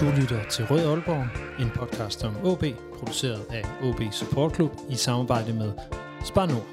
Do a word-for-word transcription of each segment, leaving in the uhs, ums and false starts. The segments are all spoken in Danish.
Du lytter til Rød Aalborg, en podcast om O B, produceret af O B Support Club i samarbejde med Spar Nord.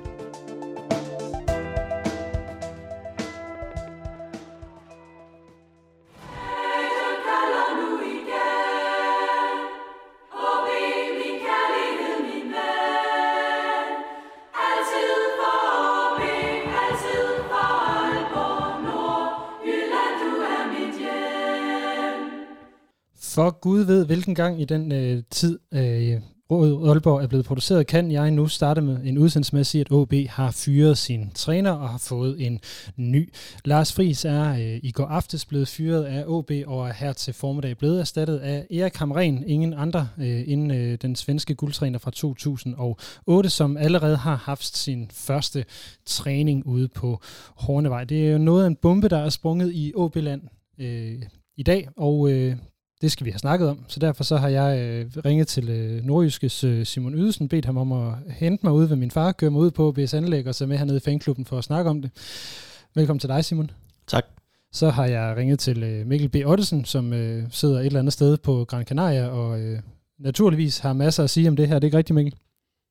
For Gud ved, hvilken gang i den øh, tid øh, Rød Aalborg er blevet produceret, kan jeg nu starte med en udsendelse med at sige, at O B har fyret sin træner og har fået en ny. Lars Friis er øh, i går aftes blevet fyret af O B og er her til formiddag blevet erstattet af Erik Hamrén, ingen andre øh, end øh, den svenske guldtræner fra to tusind og otte, som allerede har haft sin første træning ude på Hornevej. Det er jo noget af en bombe, der er sprunget i O B-land øh, i dag, og øh, det skal vi have snakket om, så derfor så har jeg øh, ringet til øh, nordjyskes øh, Simon Ydesen, bedt ham om at hente mig ud ved min far, køre mig ud på O B's anlæg og så med hernede i fanklubben for at snakke om det. Velkommen til dig, Simon. Tak. Så har jeg ringet til øh, Mikkel B. Ottesen, som øh, sidder et eller andet sted på Gran Canaria, og øh, naturligvis har masser at sige om det her. Det er ikke rigtigt, Mikkel?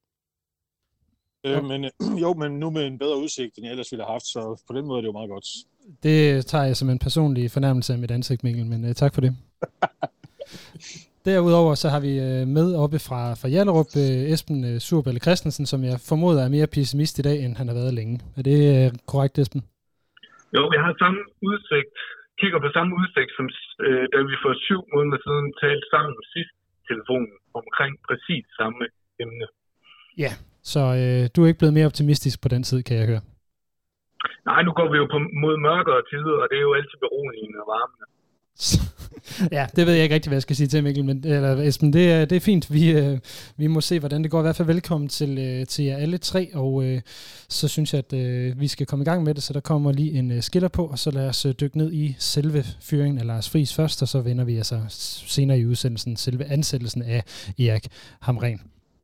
Øh, men, øh, jo, men nu med en bedre udsigt, end jeg ellers ville have haft, så på den måde er det jo meget godt. Det tager jeg som en personlig fornærmelse af mit ansigt, Mikkel, men øh, tak for det. Derudover så har vi øh, med oppe fra, fra Hjallerup øh, Esben øh, Surballe Christensen, som jeg formoder er mere pessimist i dag, end han har været længe. Er det øh, korrekt, Esben? Jo, vi har samme udsigt, kigger på samme udsigt, som øh, da vi for syv måneder siden talte sammen sidst telefonen omkring præcis samme emne. Ja, så øh, du er ikke blevet mere optimistisk på den tid, kan jeg høre. Nej, nu går vi jo på, mod mørkere tider, og det er jo altid beroligende og varmende. Ja, det ved jeg ikke rigtig, hvad jeg skal sige til, Mikkel, men, eller Esben, det er, det er fint. Vi, øh, vi må se, hvordan det går. I hvert fald velkommen til, øh, til jer alle tre, og øh, så synes jeg, at øh, vi skal komme i gang med det, så der kommer lige en øh, skiller på, og så lad os øh, dykke ned i selve fyringen af Lars Friis først, og så vender vi altså senere i udsendelsen selve ansættelsen af Erik Hamrén.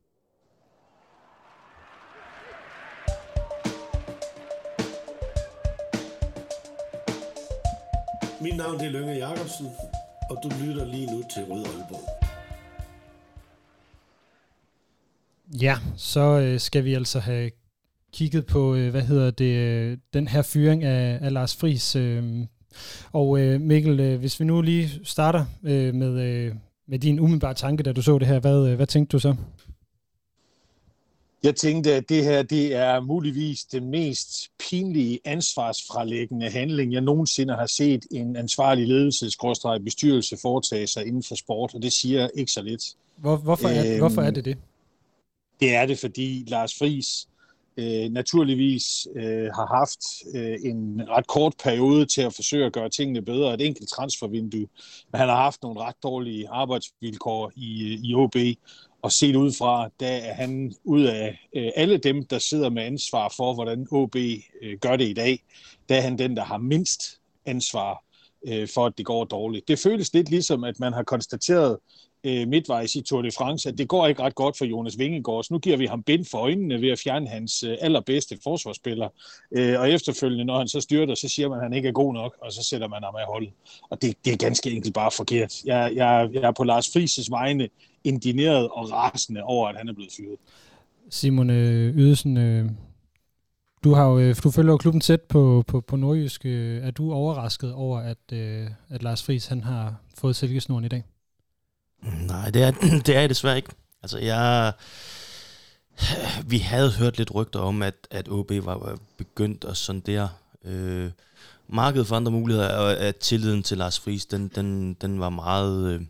Mit navn er Lønge Jacobsen, og du lytter lige nu til Rød Aalborg. Ja, så øh, skal vi altså have kigget på, øh, hvad hedder det, øh, den her fyring af, af Lars Friis. Øh, og øh, Mikkel, øh, hvis vi nu lige starter øh, med, øh, med din umiddelbare tanke, da du så det her, hvad, øh, hvad tænkte du så? Jeg tænkte, at det her det er muligvis den mest pinlige ansvarsfralæggende handling, jeg nogensinde har set en ansvarlig ledelsesbestyrelse foretage sig inden for sport, og det siger ikke så lidt. Hvor, hvorfor, er, øhm, hvorfor er det det? Det er det, fordi Lars Friis øh, naturligvis øh, har haft øh, en ret kort periode til at forsøge at gøre tingene bedre, et enkelt transfervindue, men han har haft nogle ret dårlige arbejdsvilkår i, i O B, og set ud fra, der er han ud af øh, alle dem, der sidder med ansvar for, hvordan O B øh, gør det i dag, der er han den, der har mindst ansvar øh, for, at det går dårligt. Det føles lidt ligesom, at man har konstateret øh, midtvejs i Tour de France, at det går ikke ret godt for Jonas Vingegaard, så nu giver vi ham bind for øjnene ved at fjerne hans øh, allerbedste forsvarsspiller. Øh, og efterfølgende, når han så styrter, så siger man, at han ikke er god nok, og så sætter man ham af holdet. Og det, det er ganske enkelt bare forkert. Jeg, jeg, jeg er på Lars Friis' vegne indigneret og rasende over, at han er blevet fyret. Simon øh, Ydesen, øh, du har jo, du følger jo klubben tæt på, på, på nordjysk. Er du overrasket over, at, øh, at Lars Friis han har fået silkesnoren i dag? Nej, det er, det er jeg desværre ikke. Altså, jeg... Vi havde hørt lidt rygter om, at, at O B var begyndt at sondere øh, markedet for andre muligheder, og at tilliden til Lars Friis, den, den, den var meget... Øh,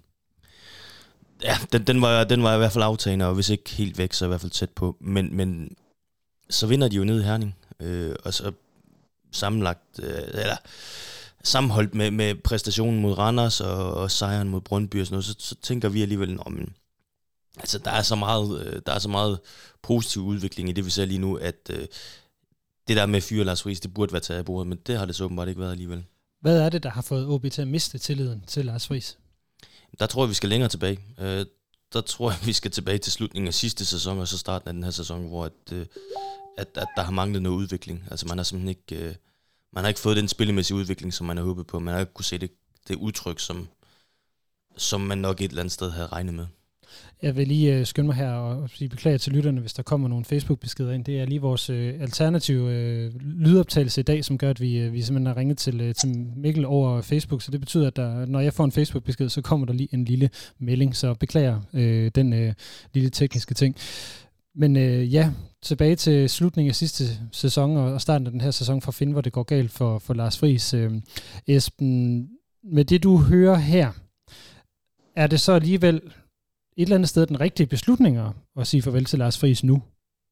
Ja, den, den, var, den var i hvert fald aftagende, og hvis ikke helt væk, så i hvert fald tæt på. Men, men så vinder de jo ned i Herning, øh, og så sammenlagt, øh, eller sammenholdt med, med præstationen mod Randers og, og sejren mod Brøndby og sådan noget, så, så tænker vi alligevel, om, altså der er så meget, øh, der er så meget positiv udvikling i det, vi ser lige nu, at øh, det der med fyre Lars Friis, det burde være taget af bordet, men det har det så åbenbart ikke været alligevel. Hvad er det, der har fået O B til at miste tilliden til Lars Friis? Der tror jeg, vi skal længere tilbage. Øh, der tror jeg, vi skal tilbage til slutningen af sidste sæson, og så starten af den her sæson, hvor at, øh, at, at der har manglet noget udvikling. Altså man har simpelthen ikke, øh, man har ikke fået den spillemæssige udvikling, som man har håbet på. Man har ikke kunne se det, det udtryk, som, som man nok et eller andet sted havde regnet med. Jeg vil lige øh, skynde mig her og sige beklager til lytterne, hvis der kommer nogle Facebook-beskeder ind. Det er lige vores øh, alternative øh, lydoptagelse i dag, som gør, at vi, øh, vi simpelthen har ringet til, øh, til Mikkel over Facebook. Så det betyder, at der, når jeg får en Facebook-besked, så kommer der lige en lille melding. Så beklager øh, den øh, lille tekniske ting. Men øh, ja, tilbage til slutningen af sidste sæson og starten af den her sæson for at finde, hvor det går galt for, for Lars Friis. Øh, Esben, med det du hører her, er det så alligevel et eller andet sted den rigtige beslutning at sige farvel til Lars Friis nu?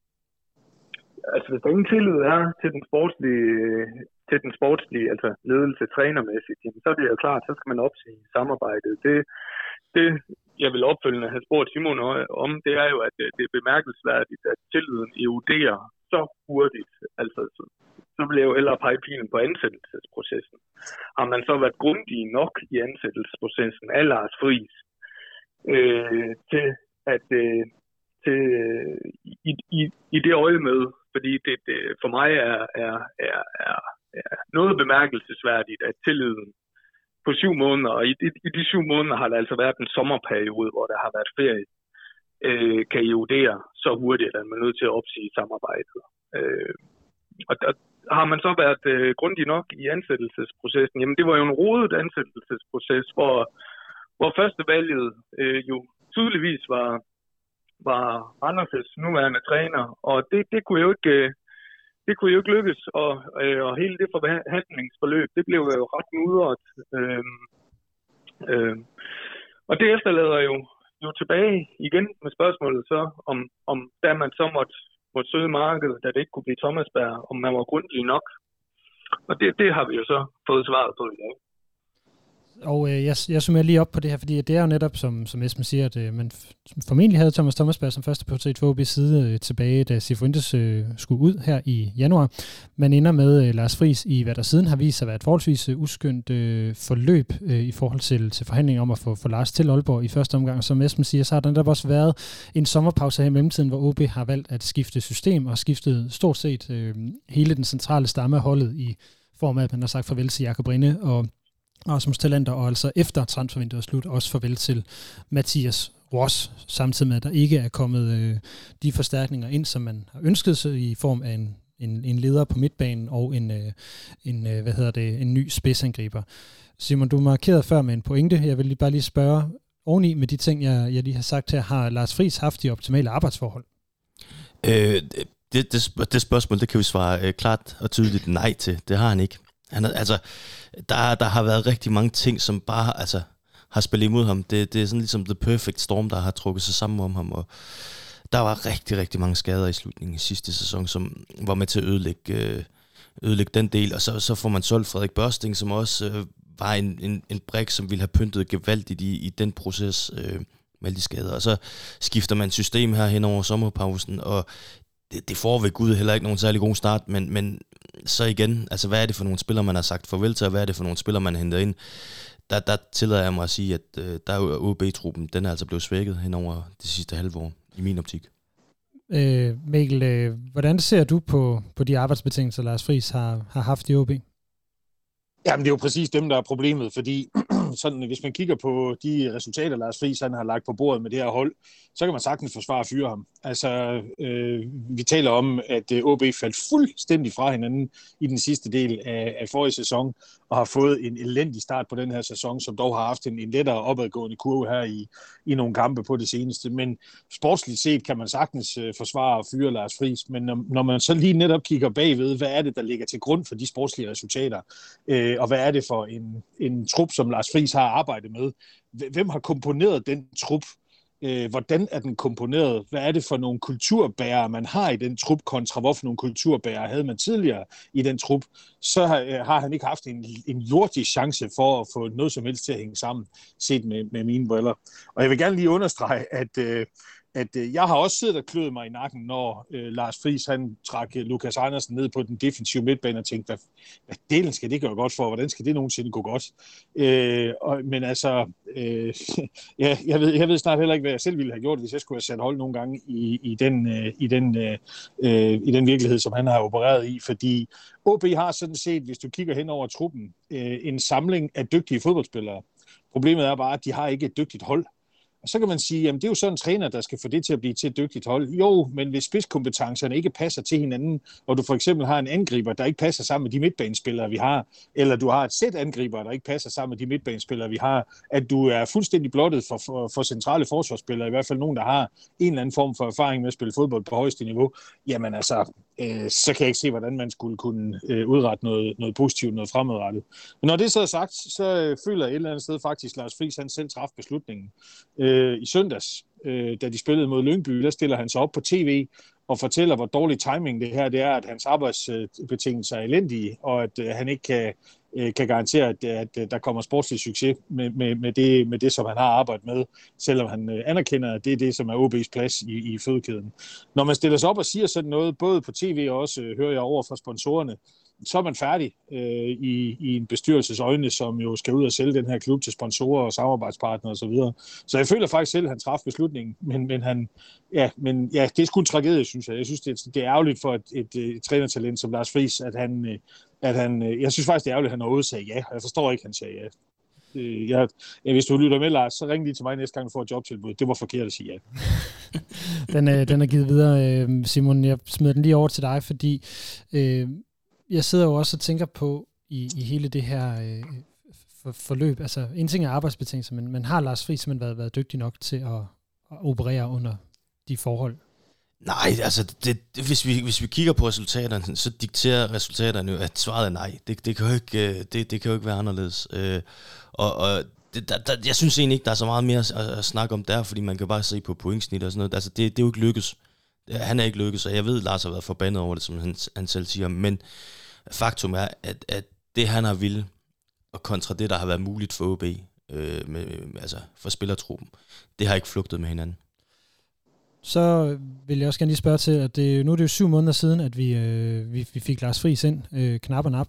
Altså, hvis der ingen tillid er til den sportslige, til den sportslige altså ledelse trænermæssigt, jamen, så er det jo klart, så skal man opsige samarbejdet. Det, det jeg vil opfølgende have spurgt Simon om, det er jo, at det er bemærkelsesværdigt, at tilliden eroderer så hurtigt. Altså, så, så vil jeg jo ellers pege pilen på ansættelsesprocessen. Har man så været grundig nok i ansættelsesprocessen af Lars Friis, Øh, til at øh, til, øh, i, i, i det øje med, fordi det, det for mig er, er, er, er, er noget bemærkelsesværdigt, at tilliden på syv måneder, og i de, i de syv måneder har der altså været en sommerperiode, hvor der har været ferie, øh, kan erodere så hurtigt, at man er nødt til at opsige samarbejdet. Øh, og der har man så været øh, grundig nok i ansættelsesprocessen. Jamen det var jo en rodet ansættelsesproces, hvor hvor førstevalget øh, jo tydeligvis var, var Anders' nuværende træner, og det, det kunne jo ikke, det kunne jo ikke lykkes, og, øh, og hele det forhandlingsforløb, det blev jo ret mudret. Øh, øh, og det efterlader jo, jo tilbage igen med spørgsmålet så, om, om da man så måtte, måtte søge markedet, da det ikke kunne blive Thomasberg, om man var grundig nok. Og det, det har vi jo så fået svaret på i dag. Og øh, jeg, jeg summerer lige op på det her, fordi det er jo netop, som, som Esben siger, at øh, man formentlig havde Thomas Thomasberg som første prioritet for O B's side øh, tilbage, da Cifuentes øh, skulle ud her i januar. Man ender med øh, Lars Friis i, hvad der siden har vist sig at være et forholdsvis øh, uskyndt øh, forløb øh, i forhold til, til forhandlinger om at få, få Lars til Aalborg i første omgang. Som Esben siger, så har der netop også været en sommerpause her i mellemtiden, hvor O B har valgt at skifte system og skiftet stort set øh, hele den centrale stamme af holdet i form af, at man har sagt farvel til Jakob Rinde og Rasmus Talander, og altså efter transfervinduet er slut, også farvel til Mathias Ross, samtidig med, at der ikke er kommet øh, de forstærkninger ind, som man har ønsket sig i form af en, en, en leder på midtbanen og en, øh, en, øh, hvad hedder det, en ny spidsangriber. Simon, du markerede før med en pointe. Jeg vil lige bare lige spørge oveni med de ting, jeg, jeg lige har sagt her. Har Lars Friis haft de optimale arbejdsforhold? Øh, det, det, det spørgsmål, det kan vi svare øh, klart og tydeligt nej til. Det har han ikke. Han, altså, der, der har været rigtig mange ting, som bare altså, har spillet imod ham. Det, det er sådan ligesom the perfect storm, der har trukket sig sammen om ham. Og der var rigtig, rigtig mange skader i slutningen af sidste sæson, som var med til at ødelægge, øh, ødelægge den del. Og så, så får man solgt Frederik Børsting, som også øh, var en, en, en brik, som ville have pyntet gevaldigt i, i den proces øh, med alle de skader. Og så skifter man system her hen over sommerpausen, og det, det får ved Gud heller ikke nogen særlig god start, men, men så igen, altså hvad er det for nogle spillere, man har sagt farvel til, og hvad er det for nogle spillere, man henter ind? Der, der tillader jeg mig at sige, at øh, der er jo O B-truppen, den er altså blevet svækket hen over de sidste halve år, i min optik. Øh, Mikkel, øh, hvordan ser du på, på de arbejdsbetingelser, Lars Friis har, har haft i O B? Jamen, det er jo præcis dem, der er problemet, fordi sådan, hvis man kigger på de resultater, Lars Friis han har lagt på bordet med det her hold, så kan man sagtens forsvare at fyre ham. Altså, øh, vi taler om, at O B faldt fuldstændig fra hinanden i den sidste del af, af forrige sæson, og har fået en elendig start på den her sæson, som dog har haft en, en lettere opadgående kurve her i, i nogle kampe på det seneste. Men sportsligt set kan man sagtens øh, forsvare at fyre Lars Friis, men når, når man så lige netop kigger bagved, hvad er det, der ligger til grund for de sportslige resultater, øh, og hvad er det for en, en trup, som Lars Friis har arbejdet med? Hvem har komponeret den trup? Hvordan er den komponeret? Hvad er det for nogle kulturbærere, man har i den trup, kontra hvor for nogle kulturbærere havde man tidligere i den trup? Så har, har han ikke haft en, en jordisk chance for at få noget som helst til at hænge sammen, set med, med mine briller. Og jeg vil gerne lige understrege, at, at jeg har også siddet og kløet mig i nakken, når øh, Lars Friis han trak Lukas Andersen ned på den defensive midtbane og tænkte, hvad, hvad delen skal det gøre godt for? Hvordan skal det nogensinde gå godt? Øh, og, men altså, øh, ja, jeg, ved, jeg ved snart heller ikke, hvad jeg selv ville have gjort, hvis jeg skulle have sat hold nogle gange i, i, den, øh, i, den, øh, i den virkelighed, som han har opereret i, fordi O B har sådan set, hvis du kigger hen over truppen, øh, en samling af dygtige fodboldspillere. Problemet er bare, at de har ikke et dygtigt hold. Og så kan man sige, jamen det er jo sådan en træner, der skal få det til at blive til et dygtigt hold. Jo, men hvis spidskompetencerne ikke passer til hinanden, og du for eksempel har en angriber, der ikke passer sammen med de midtbanespillere, vi har, eller du har et sæt angriber, der ikke passer sammen med de midtbanespillere, vi har, at du er fuldstændig blottet for, for, for centrale forsvarsspillere, i hvert fald nogen, der har en eller anden form for erfaring med at spille fodbold på højeste niveau, jamen altså, øh, så kan jeg ikke se, hvordan man skulle kunne øh, udrette noget, noget positivt, noget fremadrettet. Men når det så er sagt, så øh, føler jeg et eller andet sted faktisk, Lars Friis, han selv traf beslutningen. Øh, i søndags, øh, da de spillede mod Lyngby, der stiller han sig op på tv og fortæller, hvor dårlig timing det her det er, at hans arbejdsbetingelser er elendige, og at øh, han ikke kan, øh, kan garantere, at, at, at der kommer sportslig succes med, med, med, det, med det, som han har arbejdet med, selvom han øh, anerkender, at det er det, som er O B's plads i, i fødekæden. Når man stiller sig op og siger sådan noget, både på tv og også øh, hører jeg over fra sponsorerne, så er man færdig øh, i, i en bestyrelses øjne, som jo skal ud og sælge den her klub til sponsorer og samarbejdspartnere osv. Så, videre. Så jeg føler faktisk selv, at han træffede beslutningen, men, men, han, ja, men ja, det er sgu en tragedie, synes jeg. Jeg synes, det er, det er ærgerligt for et, et, et, et trænertalent som Lars Friis, at han, at han, jeg synes faktisk, det er ærgerligt, at han overhovedet sagde ja, og jeg forstår ikke, at han sagde ja. Jeg, hvis du lytter med, Lars, så ring lige til mig næste gang, du får et jobtilbud. Det var forkert at sige ja. den, øh, den er givet videre, Simon. Jeg smider den lige over til dig, fordi øh, jeg sidder jo også og tænker på i, i hele det her øh, for, forløb. Altså, en ting er arbejdsbetingelser, men, men har Lars Friis simpelthen været, været dygtig nok til at, at operere under de forhold? Nej, altså, det, det, hvis, vi, hvis vi kigger på resultaterne, så dikterer resultaterne jo, at svaret er nej. Det, det, kan, jo ikke, det, det kan jo ikke være anderledes. Øh, og og det, der, der, jeg synes egentlig ikke, der er så meget mere at, at snakke om der, fordi man kan bare se på pointsnit og sådan noget. Altså, det, det er jo ikke lykkes. Han er ikke lykkes, og jeg ved, at Lars har været forbandet over det, som han, han selv siger. Men faktum er, at, at det han har ville, og kontra det, der har været muligt for O B, øh, med, altså for spillertruppen, det har ikke flugtet med hinanden. Så vil jeg også gerne lige spørge til, at det, nu er det jo syv måneder siden, at vi, øh, vi, vi fik Lars Friis ind, øh, knap og nap.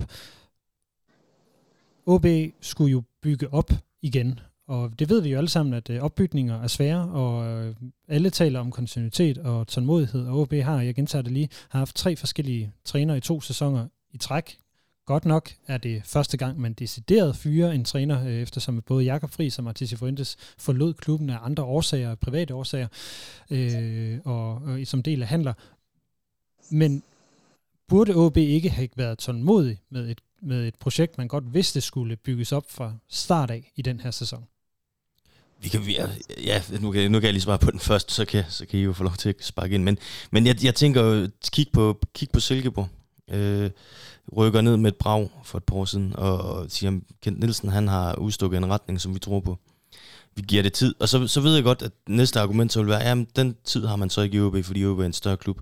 O B skulle jo bygge op igen, og det ved vi jo alle sammen, at øh, opbygninger er svære, og øh, alle taler om kontinuitet og tålmodighed, og O B har, jeg gentager det lige, har haft tre forskellige trænere i to sæsoner i træk. Godt nok er det første gang, man decideret fyrer en træner, øh, eftersom både Jakob Friis og Martin Cifuentes forlod klubben af andre årsager, private årsager, øh, og, og som del af handler. Men burde O B ikke have været tålmodig med et, med et projekt, man godt vidste skulle bygges op fra start af i den her sæson? Vi kan, ja, ja nu, kan, nu kan jeg lige svare på den først, så kan, så kan I jo få lov til at sparke ind. Men, men jeg, jeg tænker jo, kig på, kig på Silkeborg. Øh, rykker ned med et brag for et par år siden, og, og siger, at Kent Nielsen, han har udstukket en retning, som vi tror på. Vi giver det tid, og så, så ved jeg godt, at næste argument så vil være, at den tid har man så ikke i O B, fordi O B er en større klub.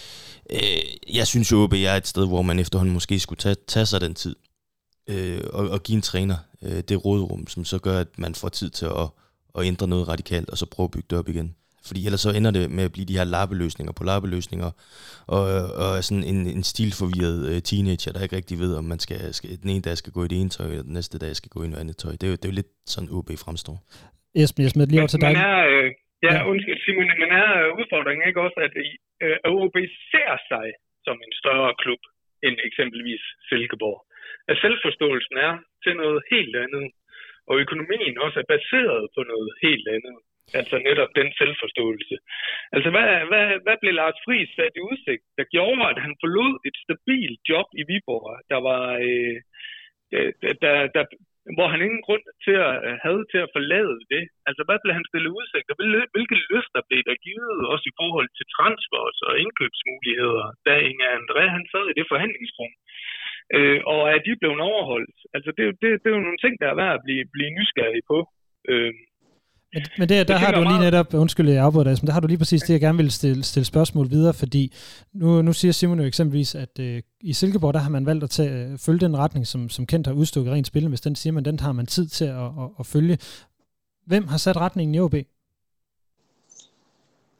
Øh, jeg synes jo, O B er et sted, hvor man efterhånden måske skulle tage, tage sig den tid, øh, og, og give en træner øh, det råderum, som så gør, at man får tid til at, at ændre noget radikalt, og så prøve at bygge det op igen. Fordi ellers så ender det med at blive de her lappeløsninger på lappeløsninger, og, og sådan en, en stilforvirret uh, teenager, der ikke rigtig ved, om man skal, skal, den ene dag skal gå i det ene tøj, og den næste dag skal gå i noget andet tøj. Det er jo, det er jo lidt sådan O B fremstår. Esben, jeg smider lige over til dig. Men er, øh, ja, undskyld Simon, men er udfordringen ikke også, at øh, O B ser sig som en større klub end eksempelvis Silkeborg? At selvforståelsen er til noget helt andet, og økonomien også er baseret på noget helt andet. Altså netop den selvforståelse. Altså hvad, hvad, hvad blev Lars Friis sat i udsigt, der gjorde, at han forlod et stabilt job i Viborg, der var, øh, der, der, der, hvor han ingen grund til at, havde til at forlade det? Altså hvad blev han stillet i udsigt, og hvilke løfter blev der givet, også i forhold til transfers og indkøbsmuligheder, da Inge André han sad i det forhandlingsrum? Øh, og er de blevet overholdt? Altså det, det, det er jo nogle ting, der er værd at blive, blive nysgerrig på. Øh, Men, men der, der har du lige netop, undskyld jeg afbryder dig, men der har du lige præcis det, jeg gerne vil stille, stille spørgsmål videre, fordi nu, nu siger Simon jo eksempelvis, at øh, i Silkeborg, der har man valgt at tage, følge den retning, som, som Kent har udstukket rent spil, hvis den siger man, den har man tid til at, at, at følge. Hvem har sat retningen i O B?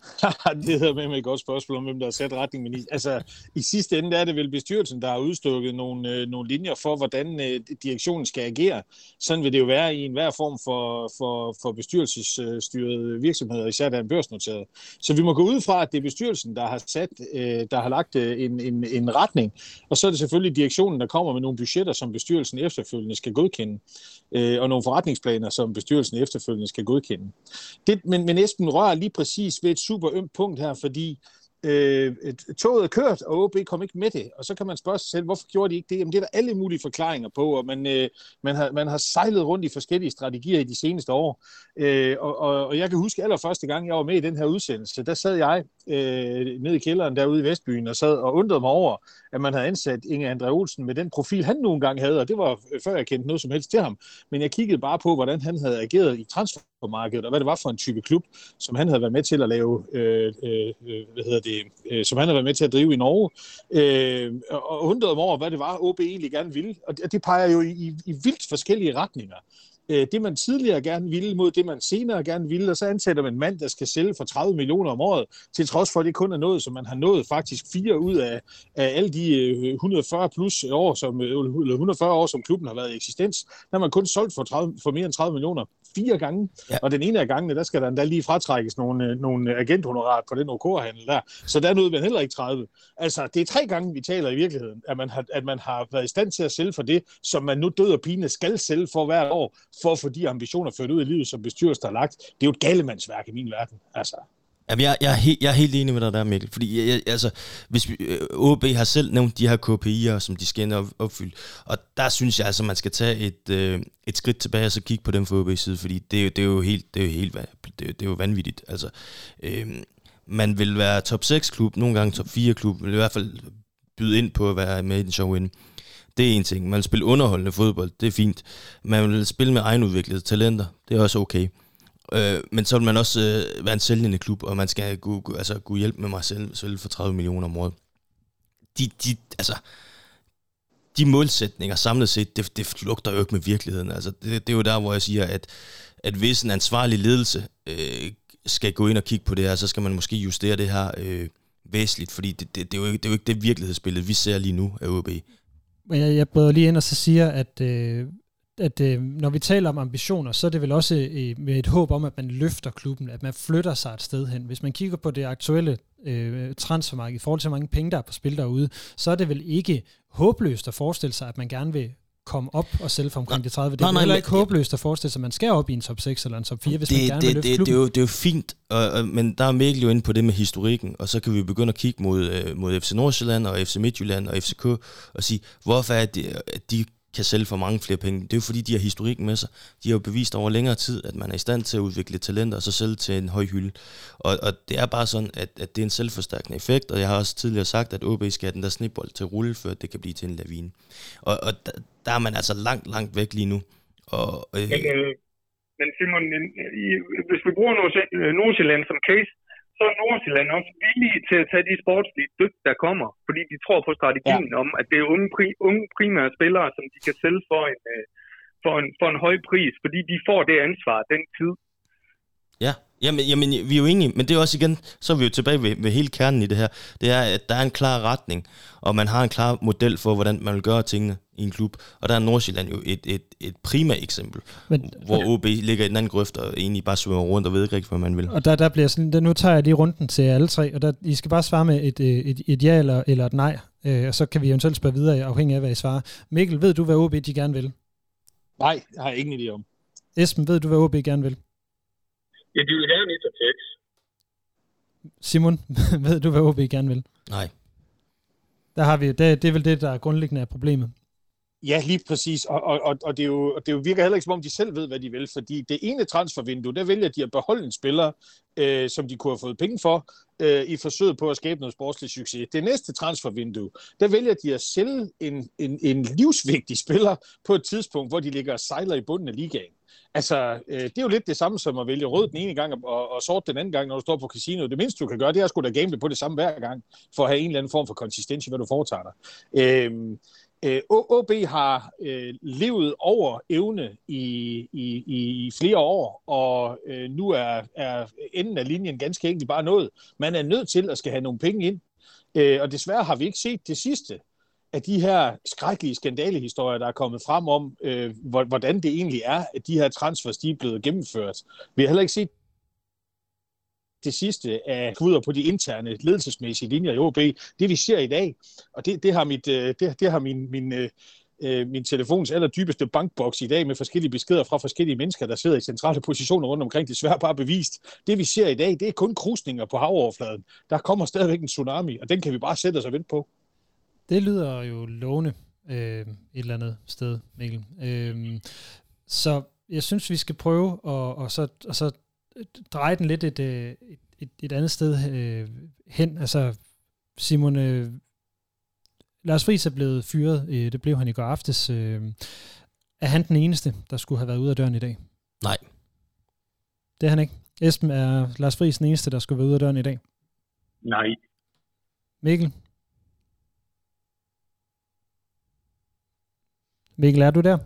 Det hedder med med et godt spørgsmål om, hvem der har sat retning. Men i, altså, i sidste ende der er det vel bestyrelsen, der har udstukket nogle, øh, nogle linjer for, hvordan øh, direktionen skal agere. Sådan vil det jo være i enhver form for, for, for bestyrelsesstyrede virksomheder, især der er børsnoteret. Så vi må gå ud fra, at det er bestyrelsen, der har sat, øh, der har lagt øh, en, en, en retning. Og så er det selvfølgelig direktionen, der kommer med nogle budgetter, som bestyrelsen efterfølgende skal godkende. Øh, og nogle forretningsplaner, som bestyrelsen efterfølgende skal godkende. Det, men, men Esben rører lige præcis ved et super ømt punkt her, fordi øh, toget er kørt, og O B kom ikke med det. Og så kan man spørge sig selv, hvorfor gjorde de ikke det? Jamen, det er der alle mulige forklaringer på, og man, øh, man, har, man har sejlet rundt i forskellige strategier i de seneste år. Øh, og, og, og jeg kan huske allerførste gang, jeg var med i den her udsendelse, der sad jeg øh, nede i kælderen derude i Vestbyen og sad og undrede mig over, at man havde ansat Inge André Olsen med den profil, han nogle gange havde, og det var før jeg kendte noget som helst til ham. Men jeg kiggede bare på, hvordan han havde ageret i transfermarkedet, og hvad det var for en type klub, som han havde været med til at lave, øh, øh, hvad hedder det, øh, som han havde været med til at drive i Norge, øh, og undrede mig over, hvad det var, O B egentlig gerne ville. Og det, det peger jo i, i, i vildt forskellige retninger. Det, man tidligere gerne ville, mod det, man senere gerne ville, og så ansætter man en mand, der skal sælge for tredive millioner om året, til trods for, at det kun er noget, som man har nået faktisk fire ud af, af alle de et hundrede og fyrre plus år, som, eller et hundrede og fyrre år, som klubben har været i eksistens. Der har man kun solgt for, tredive, for mere end tredive millioner fire gange, ja. Og den ene af gangene, der skal der endda lige fratrækkes nogle, nogle agenthonorat på den O K-handel der, så der nåede man heller ikke tredive. Altså, det er tre gange, vi taler i virkeligheden, at man har, at man har været i stand til at sælge for det, som man nu død og pine skal sælge for hvert år, for at få de ambitioner ført ud i livet, som bestyrelsen har lagt. Det er jo et galemandsværk i min verden. Altså. Jamen, jeg, jeg, er helt, jeg er helt enig med dig der, Mikkel. Fordi jeg, jeg, altså, hvis vi, O B har selv nævnt de her K P I'er, som de skal ind og opfylde. Og der synes jeg altså, man skal tage et, øh, et skridt tilbage og så kigge på dem fra O B's side. Fordi det er jo, det er jo helt, det er jo helt det er, det er jo vanvittigt. Altså, øh, man vil være top seks klub, nogle gange top fire klub, vil i hvert fald byde ind på at være med i den show ind. Det er en ting. Man vil spille underholdende fodbold, det er fint. Man vil spille med egenudviklede talenter, det er også okay. Øh, men så vil man også øh, være en sælgende klub, og man skal kunne, altså, kunne hjælpe med mig selv, selv for tredive millioner om året. De, de, altså, de målsætninger samlet set, det, det flugter jo ikke med virkeligheden. Altså, det, det er jo der, hvor jeg siger, at, at hvis en ansvarlig ledelse øh, skal gå ind og kigge på det her, så skal man måske justere det her øh, væsentligt, fordi det, det, det, er jo ikke, det er jo ikke det virkelighedsbillede, vi ser lige nu af O B. Jeg, jeg bryder lige ind og så siger, at, øh, at øh, når vi taler om ambitioner, så er det vel også øh, med et håb om, at man løfter klubben, at man flytter sig et sted hen. Hvis man kigger på det aktuelle øh, transfermarked i forhold til, hvor mange penge, der er på spil derude, så er det vel ikke håbløst at forestille sig, at man gerne vil komme op og sælge for omkring de tredive. Det er nej, heller ikke nej, håbløst at forestille sig, at man skal op i en top seks eller en top fire, hvis det, man gerne det, vil løfte det, klubben. Det er, jo, det er jo fint, og, og, men der er Mikkel jo inde på det med historikken, og så kan vi begynde at kigge mod, øh, mod F C Nordsjælland og F C Midtjylland og F C K og sige, hvorfor er det, at de kan sælge for mange flere penge. Det er jo fordi, de har historikken med sig. De har jo bevist over længere tid, at man er i stand til at udvikle talenter og så sælge til en høj hylde. Og, og det er bare sådan, at, at det er en selvforstærkende effekt, og jeg har også tidligere sagt, at O B skal have den der snibbold til at rulle, før det kan blive til en lavine. Og, og der, der er man altså langt, langt væk lige nu. Og, øh... men, øh, men Simon, hvis vi bruger Nordsjælland som case, så er Nordsjælland også villige til at tage de sportslige dyk, der kommer, fordi de tror på strategien ja. om, at det er unge, pri- unge primære spillere, som de kan sælge for en, for, en, for en høj pris, fordi de får det ansvar den tid. Ja, jamen, jamen vi er jo enige, men det er også igen, så er vi jo tilbage ved, ved hele kernen i det her, det er, at der er en klar retning, og man har en klar model for, hvordan man vil gøre tingene i en klub, og der er Nordsjælland jo et, et, et prima eksempel, men, hvor O B ligger i den anden grøft, og egentlig bare svømmer rundt og ved ikke rigtig, hvad man vil. Og der, der bliver sådan, der, nu tager jeg lige runden til alle tre, og der, I skal bare svare med et, et, et ja eller, eller et nej, øh, og så kan vi eventuelt spørge videre, afhængig af, hvad I svarer. Mikkel, ved du, hvad O B de gerne vil? Nej, jeg har ingen idé om. Esben, ved du, hvad O B gerne vil? Ja, de vil gerne i top seks. Simon, ved du, hvad O B gerne vil? Nej. Der har vi, det, det er vel det, der er grundlæggende af problemet. Ja, lige præcis, og, og, og det, er jo, det virker heller ikke, som om de selv ved, hvad de vil, fordi det ene transfervindue, der vælger de at beholde en spiller, øh, som de kunne have fået penge for, øh, i forsøget på at skabe noget sportslig succes. Det næste transfervindue, der vælger de at sælge en, en, en livsvigtig spiller på et tidspunkt, hvor de ligger og sejler i bunden af ligaen. Altså, øh, det er jo lidt det samme som at vælge rød den ene gang og, og sort den anden gang, når du står på casino. Det mindste, du kan gøre, det er at sgu da gamble på det samme hver gang, for at have en eller anden form for konsistens i, hvad du foretager dig. Øh, Øh, O B har øh, levet over evne i, i, i flere år, og øh, nu er, er enden af linjen ganske enkelt bare nået. Man er nødt til at skal have nogle penge ind, øh, og desværre har vi ikke set det sidste af de her skrækkelige skandalehistorier, der er kommet frem om, øh, hvordan det egentlig er, at de her transfers, de er blevet gennemført. Vi har heller ikke set det sidste af kluder på de interne ledelsesmæssige linjer i O B. Det vi ser i dag, og det, det har, mit, det, det har min, min, øh, min telefons allerdybeste bankboks i dag med forskellige beskeder fra forskellige mennesker, der sidder i centrale positioner rundt omkring, desværre bare bevist. Det vi ser i dag, det er kun krusninger på havoverfladen. Der kommer stadigvæk en tsunami, og den kan vi bare sætte os og vente på. Det lyder jo lovende øh, et eller andet sted, Mikkel. Øh, så jeg synes, vi skal prøve at og så, og så dreje den lidt et, et, et, et andet sted øh, hen. Altså, Simon, øh, Lars Friis er blevet fyret. Øh, det blev han i går aftes. Øh, er han den eneste, der skulle have været ude af døren i dag? Nej. Det er han ikke. Esben, er Lars Friis den eneste, der skulle være ude af døren i dag? Nej. Mikkel? Mikkel, er du der?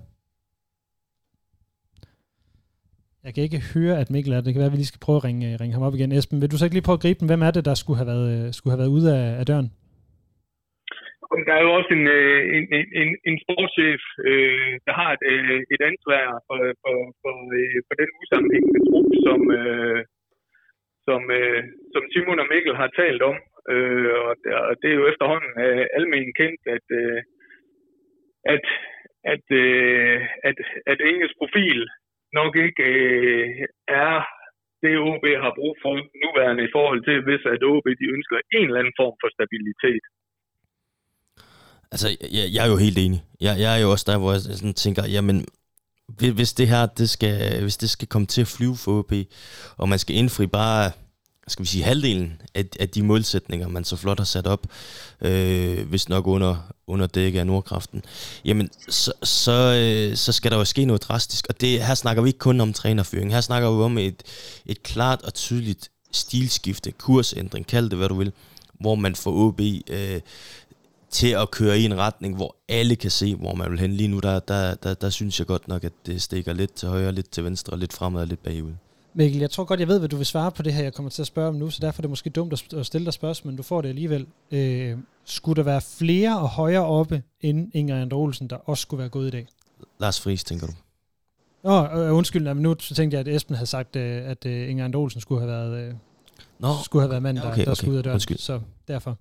Jeg kan ikke høre, at Mikkel er. Det kan være, at vi lige skal prøve at ringe, ringe ham op igen. Esben, vil du så ikke lige prøve at gribe den? Hvem er det, der skulle have været, skulle have været ude af, af døren? Der er jo også en, en, en, en sportschef, øh, der har et, et ansvar for, for, for, for den usammenhængende trup, som, øh, som, øh, som Simon og Mikkel har talt om. Øh, og det er jo efterhånden øh, almen kendt, at, øh, at, at, øh, at, at Inges profil nok ikke øh, er det, O B har brug for nuværende i forhold til, hvis at O B de ønsker en eller anden form for stabilitet. Altså, jeg, jeg er jo helt enig. Jeg, jeg er jo også der, hvor jeg sådan tænker, jamen, hvis det her, det skal, hvis det skal komme til at flyve for O B, og man skal indfri bare, skal vi sige, halvdelen af, af de målsætninger, man så flot har sat op, øh, hvis nok under, under dække af Nordkraften, jamen, så, så, øh, så skal der jo ske noget drastisk. Og det, her snakker vi ikke kun om trænerfyring. Her snakker vi om et, et klart og tydeligt stilskifte, kursændring, kald det hvad du vil, hvor man får O B øh, til at køre i en retning, hvor alle kan se, hvor man vil hen. Lige nu, der, der, der, der synes jeg godt nok, at det stikker lidt til højre, lidt til venstre, lidt fremad og lidt bagud. Mikkel, jeg tror godt, jeg ved, hvad du vil svare på det her, jeg kommer til at spørge om nu, så derfor er det måske dumt at stille dig spørgsmål, men du får det alligevel. Øh, skulle der være flere og højere oppe, end Inger André Olsen, der også skulle være gået i dag? Lars Friis, tænker du? Åh, øh, undskyld, men nu tænkte jeg, at Esben havde sagt, at Inger André Olsen skulle have været, øh, Nå, skulle have været manden, der, okay, der okay. skulle ud af døren, Undskyld. så derfor.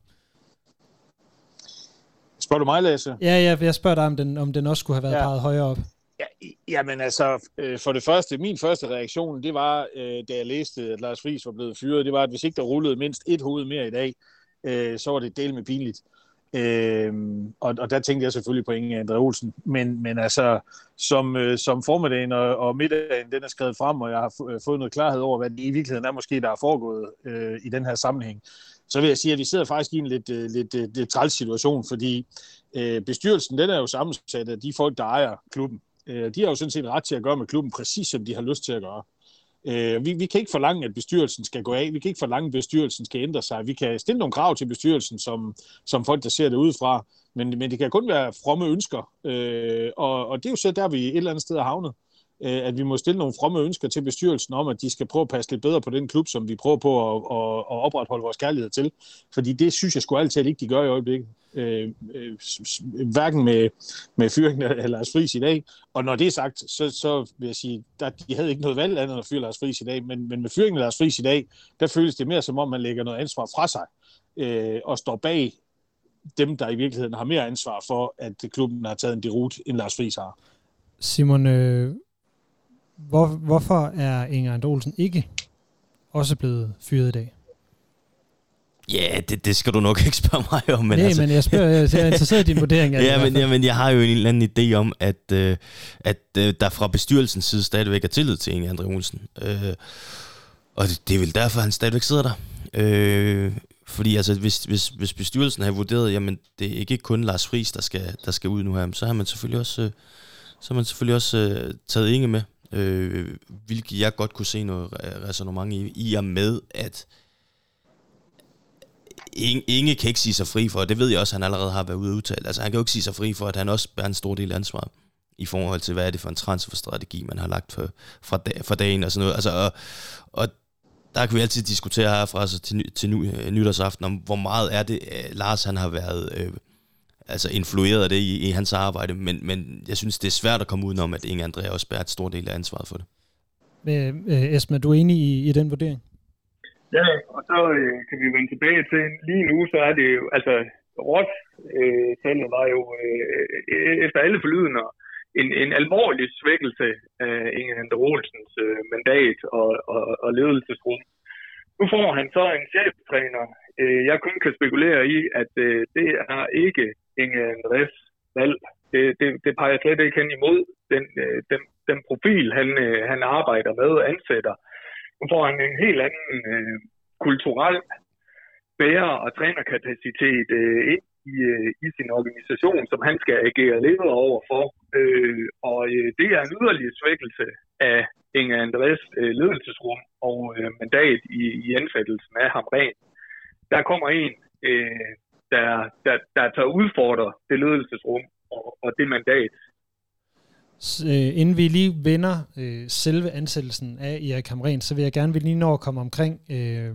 Spørger du mig, Lasse? Ja, ja, jeg spørger dig, om den, om den også skulle have været ja. peget højere op. Ja, jamen altså, øh, for det første, min første reaktion, det var, øh, da jeg læste, at Lars Friis var blevet fyret, det var, at hvis ikke der rullede mindst et hoved mere i dag, øh, så var det del med pinligt. Øh, og, og der tænkte jeg selvfølgelig på Inger André Olsen. Men, men altså, som, øh, som formiddagen og, og middagen, den er skrevet frem, og jeg har f- fået noget klarhed over, hvad det i virkeligheden er måske, der er foregået øh, i den her sammenhæng, så vil jeg sige, at vi sidder faktisk i en lidt, øh, lidt, øh, lidt træls situation, fordi øh, bestyrelsen, den er jo sammensat af de folk, der ejer klubben. Øh, de har jo sådan set ret til at gøre med klubben, præcis som de har lyst til at gøre. Øh, vi, vi kan ikke forlange, at bestyrelsen skal gå af. Vi kan ikke forlange, at bestyrelsen skal ændre sig. Vi kan stille nogle krav til bestyrelsen, som, som folk, der ser det udefra. Men, men det kan kun være fromme ønsker. Øh, og, og det er jo så der, vi et eller andet sted har havnet. Øh, at vi må stille nogle fromme ønsker til bestyrelsen om, at de skal prøve at passe lidt bedre på den klub, som vi prøver på at, at, at opretholde vores kærlighed til. Fordi det synes jeg sgu altid ikke, de gør i øjeblikket. Øh, øh, hverken med, med fyringen af Lars Friis i dag. Og når det er sagt, så, så vil jeg sige, at de havde ikke noget valg andet end at fyre Lars Friis i dag. Men, men med fyringen af Lars Friis i dag, der føles det mere som om, man lægger noget ansvar fra sig øh, og står bag dem, der i virkeligheden har mere ansvar for, at klubben har taget en deroute, end Lars Friis har. Simon, øh, hvor, hvorfor er Inger André Olsen ikke også blevet fyret i dag? Ja, det, det skal du nok ikke spørge mig om. Men Nej, altså, men jeg spørger, jeg er interesseret i din vurdering af det. ja, men, ja, men jeg har jo en eller anden idé om, at, øh, at øh, der fra bestyrelsens side stadigvæk er tillid til Inger André Olsen. Øh, og det, det er vel derfor, han stadigvæk sidder der. Øh, fordi altså, hvis, hvis, hvis bestyrelsen har vurderet, jamen det er ikke kun Lars Friis, der skal, der skal ud nu her, så har man selvfølgelig også, øh, så har man selvfølgelig også øh, taget Inge med. Øh, hvilket jeg godt kunne se noget ræsonnement i, i og med, at Inge kan ikke sige sig fri for, det ved jeg også, han allerede har været ude at udtale. Altså han kan jo ikke sige sig fri for, at han også bærer en stor del af ansvar i forhold til, hvad er det for en transferstrategi, man har lagt for, fra, dag, fra dagen og sådan noget. Altså, og, og der kan vi altid diskutere herfra så til, til ny, nytårsaften, om hvor meget er det, Lars han har været øh, altså influeret af det i, i hans arbejde, men, men jeg synes, det er svært at komme udenom, at Inge André også bærer et stor del af ansvaret for det. Øh, Esben, er du enig i, i den vurdering? Ja, og så øh, kan vi vende tilbage til, lige nu, så er det jo, altså, Ross-tallet øh, var jo øh, efter alle forlydender en, en alvorlig svækkelse af Inge André Olsens øh, mandat og, og, og ledelsesrum. Nu får han så en cheftræner. Øh, jeg kun kan spekulere i, at øh, det er ikke Inge Andrés valg. Det, det, det peger slet ikke hen imod den, øh, den, den profil, han, øh, han arbejder med og ansætter. Nu får han en helt anden øh, kulturel bærer- og trænerkapacitet øh, ind i, øh, i sin organisation, som han skal agere leder overfor. Øh, og øh, det er en yderligere svækkelse af Inge Andrés øh, ledelsesrum og øh, mandat i, i ansættelsen af ham ren. Der kommer en, øh, der, der, der tager udfordre det ledelsesrum og, og det mandat. Så, øh, inden vi lige vender øh, selve ansættelsen af Erik Hamrén, så vil jeg gerne vil lige nå at komme omkring, øh,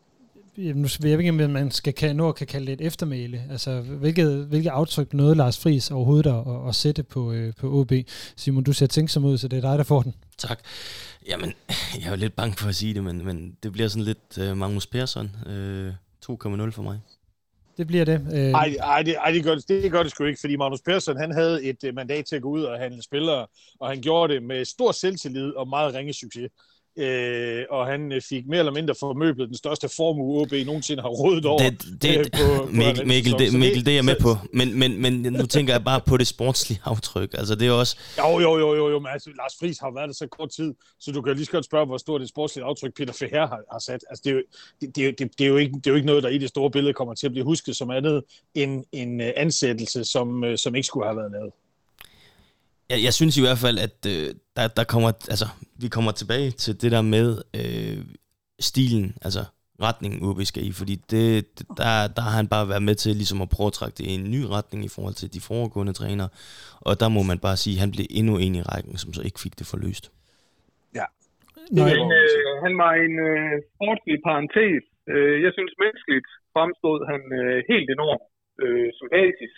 nu ved jeg ikke, om man skal kan, nå at kan kalde det et eftermæle, altså hvilket, hvilket aftryk noget Lars Friis overhovedet at, at sætte på, øh, på O B. Simon, du ser tænksom ud, så det er dig, der får den. Tak. Jamen, jeg er jo lidt bange for at sige det, men, men det bliver sådan lidt øh, Magnus Persson, øh, to komma nul for mig. Det bliver det. Øh... Ej, ej, det, ej det, gør det, det gør det sgu ikke, fordi Magnus Persson, han havde et uh, mandat til at gå ud og handle spillere, og han gjorde det med stor selvtillid og meget ringe succes. Øh, og han øh, fik mere eller mindre formøblet den største formue, O B nogensinde har rådet over. Det, det, øh, på, på Mikkel, Mikkel, det, Mikkel, det er jeg med på. Men, men, men nu tænker jeg bare på det sportslige aftryk. Altså, det er også... Jo, jo, jo, jo, jo men altså, Lars Friis har været der så kort tid, så du kan lige så godt spørge, hvor stort det sportslige aftryk Peter Feher har, har sat. Altså, det er, jo, det, det, det, det, er jo ikke, det er jo ikke noget, der i det store billede kommer til at blive husket som andet end en ansættelse, som, som ikke skulle have været lavet. Jeg, jeg synes i hvert fald, at øh, der, der kommer, altså, vi kommer tilbage til det der med øh, stilen, altså retningen O B skal i, fordi det, der, der har han bare været med til ligesom at prøve at trække det i en ny retning i forhold til de foregående trænere, og der må man bare sige, at han blev endnu en i rækken, som så ikke fik det forløst. Ja. Men, øh, han var en øh, sportslig parentes. Øh, jeg synes menneskeligt fremstod han øh, helt enormt øh, sympatisk,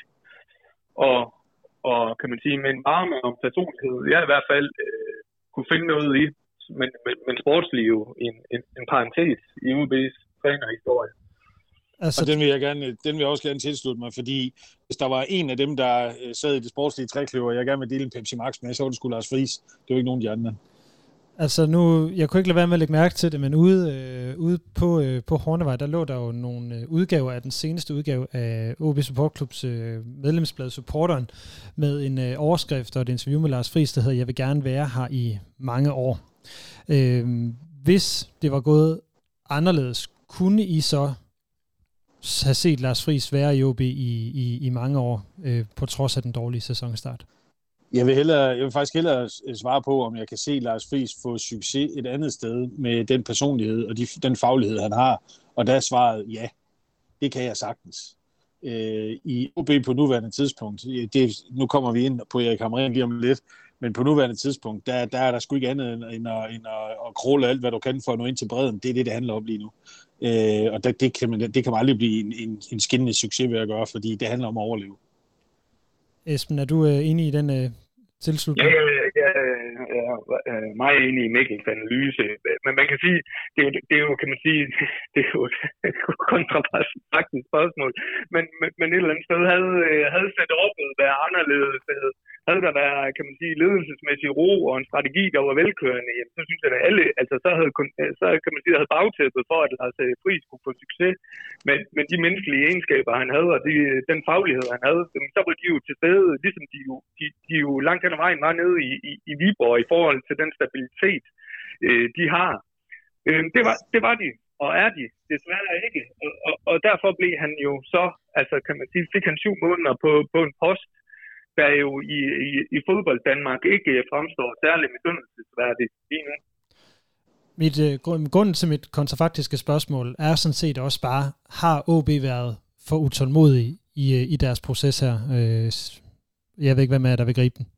og og kan man sige, med en varme om personlighed, jeg i hvert fald øh, kunne finde noget i, men, men, men sportslig jo en, en, en parentes i U B's trænerhistorie. Altså, og den vil jeg gerne, den vil jeg også gerne tilslutte mig, fordi hvis der var en af dem, der øh, sad i det sportslige trækløver, jeg gerne vil dele en Pepsi Max med, så var det sgu Lars Friis. Det var ikke nogen af de andre. Altså nu, jeg kunne ikke lade være med at lægge mærke til det, men ude, øh, ude på, øh, på Hornevej, der lå der jo nogle øh, udgaver af den seneste udgave af O B Support Clubs øh, medlemsblad Supporteren, med en øh, overskrift og et interview med Lars Friis, der hedder "Jeg vil gerne være her i mange år". Øh, hvis det var gået anderledes, kunne I så have set Lars Friis være i O B i, i, i mange år, øh, på trods af den dårlige sæsonstart? Jeg vil, hellere, jeg vil faktisk hellere svare på, om jeg kan se Lars Friis få succes et andet sted med den personlighed og de, den faglighed, han har. Og der er svaret ja. Det kan jeg sagtens. Øh, I O B på nuværende tidspunkt, det, nu kommer vi ind på Erik Hamrén lige om lidt, men på nuværende tidspunkt, der, der er der sgu ikke andet end, end, at, end at, at kråle alt, hvad du kan for at nå ind til bredden. Det er det, det handler om lige nu. Øh, og der, det, kan man, det kan man aldrig blive en, en, en skinnende succes ved at gøre, fordi det handler om at overleve. Esben, er du øh, enig i den øh, tilslutning? Ja, jeg, jeg, jeg er meget enig i Mikkels analyse, men man kan sige, det er jo, det er jo kan man sige, det er jo et kontrapagtigt spørgsmål, men, men, men et eller andet sted havde, havde setup'et været anderledes, havde der været, kan man sige, ledelsesmæssig ro og en strategi, der var velkørende, jamen, så synes jeg, at alle, altså så havde, så kan man sige, havde bagtæppet for, at Lars Friis kunne få succes, men, men de menneskelige egenskaber, han havde, og de, den faglighed, han havde, så var de jo til stede, ligesom de jo, de, de jo langt hen ad vejen var nede i, i, i Viborg i forhold til den stabilitet, øh, de har. Øh, det, var, det var de, og er de desværre ikke, og, og, og derfor blev han jo så, altså kan man sige, fik han syv måneder på, på en post, der jo i, i, i fodbold Danmark ikke fremstår særlig misundelsesværdigt lige nu. Mit, øh, grunden til mit kontrafaktiske spørgsmål er sådan set også bare, har O B været for utålmodige i, i deres proces her? Øh, jeg ved ikke, hvem er der vil gribe den.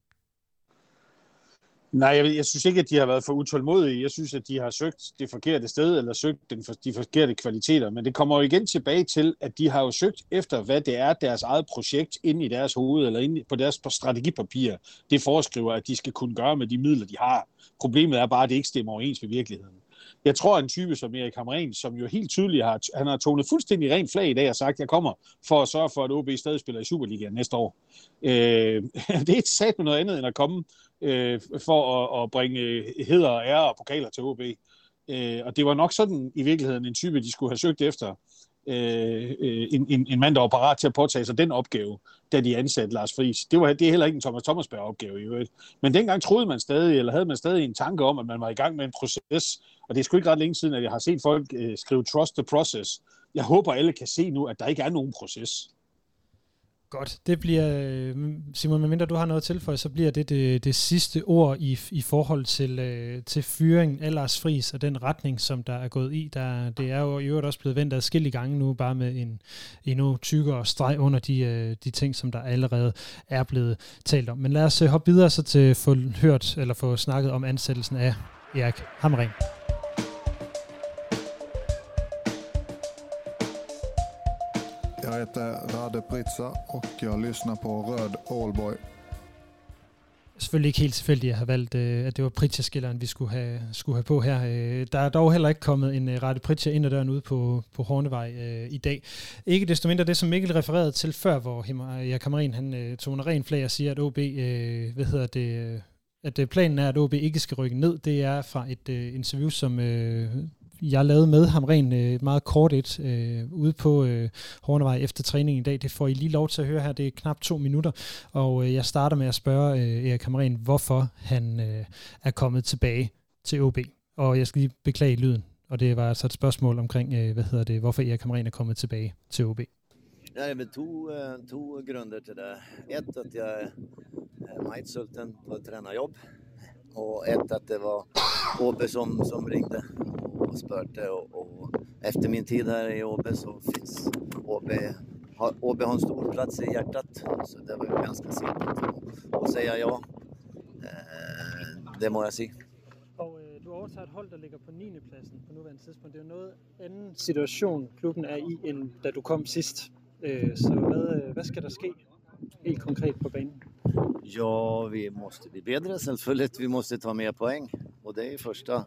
Nej, jeg, jeg synes ikke, at de har været for utålmodige. Jeg synes, at de har søgt det forkerte sted, eller søgt den for, de forkerte kvaliteter. Men det kommer jo igen tilbage til, at de har jo søgt efter, hvad det er, deres eget projekt inde i deres hoved, eller inde på deres strategipapir. Det foreskriver, at de skal kunne gøre med de midler, de har. Problemet er bare, at det ikke stemmer overens med virkeligheden. Jeg tror, en type som Erik Hamrén, som jo helt tydeligt har, han har tonet fuldstændig rent flag i dag og sagt, at jeg kommer for at sørge for, at O B stadig spiller i Superligaen næste år. Øh, det er ikke sat med noget andet end at komme øh, for at, at bringe heder og ære og pokaler til O B. Øh, og det var nok sådan i virkeligheden en type, de skulle have søgt efter. Øh, en, en, en mand, der var parat til at påtage sig den opgave, da de ansatte Lars Friis. Det, var, det er heller ikke en Thomas Thomasberg opgave i øvrigt. Men dengang troede man stadig, eller havde man stadig en tanke om, at man var i gang med en proces. Og det er sgu ikke ret længe siden, at jeg har set folk øh, skrive trust the process. Jeg håber, alle kan se nu, at der ikke er nogen proces. Godt. Det bliver, Simon, medmindre du har noget at tilføje, så bliver det det, det sidste ord i, i forhold til, øh, til fyringen af Lars Friis og den retning, som der er gået i. Der, det er jo i øvrigt også blevet vendt adskillige gange nu, bare med en endnu tykkere streg under de, øh, de ting, som der allerede er blevet talt om. Men lad os hoppe videre så til at få hørt, eller få snakket om ansættelsen af Erik Hamrén. Jag heter Rade Pritsa och jag lyssnar på Rød Aalborg. Selvfølgelig ikke helt tilfældigt, at jeg har valgt, at det var Pritja-skilleren, vi skulle have, skulle have på her. Der er dog heller ikke kommet en Rade Pritja ind ad døren ude på, på Hornevej øh, i dag. Ikke desto mindre det, som Mikkel refererede til før, hvor Erik Hamrén, han øh, toner ren flag og siger, at O B, øh, hvad hedder det, at planen er, at O B ikke skal rykke ned. Det er fra et øh, interview, som øh, jeg lavede med Hamrén øh, meget kort et øh, ude på øh, Hornevej efter træningen i dag. Det får I lige lov til at høre her. Det er knap to minutter, og øh, jeg starter med at spørge øh, Erik Hamrén, hvorfor han øh, er kommet tilbage til O B. Og jeg skal lige beklage lyden, og det var altså et spørgsmål omkring, øh, hvad hedder det, hvorfor Erik Hamrén er kommet tilbage til O B. Det er vel to, to grunder til det. Et, at jeg er meget sulten på trænerjobb, og et, at det var O B som, som ringte og spurgte, og, og efter min tid her i O B så finns O B, O B har en stor plats i hjärtat, så det var jo ganske simpelt at sige ja. Det må jeg sige. Og øh, du overtager et hold, der ligger på niende pladsen på nuværende tidspunkt. Det er jo noget anden situation, klubben er i, end da du kom sidst. Øh, så hvad, hvad skal der ske helt konkret på banen? Ja, vi måste bli bedre selvfølgelig. Vi måste ta mer poäng, och det är första.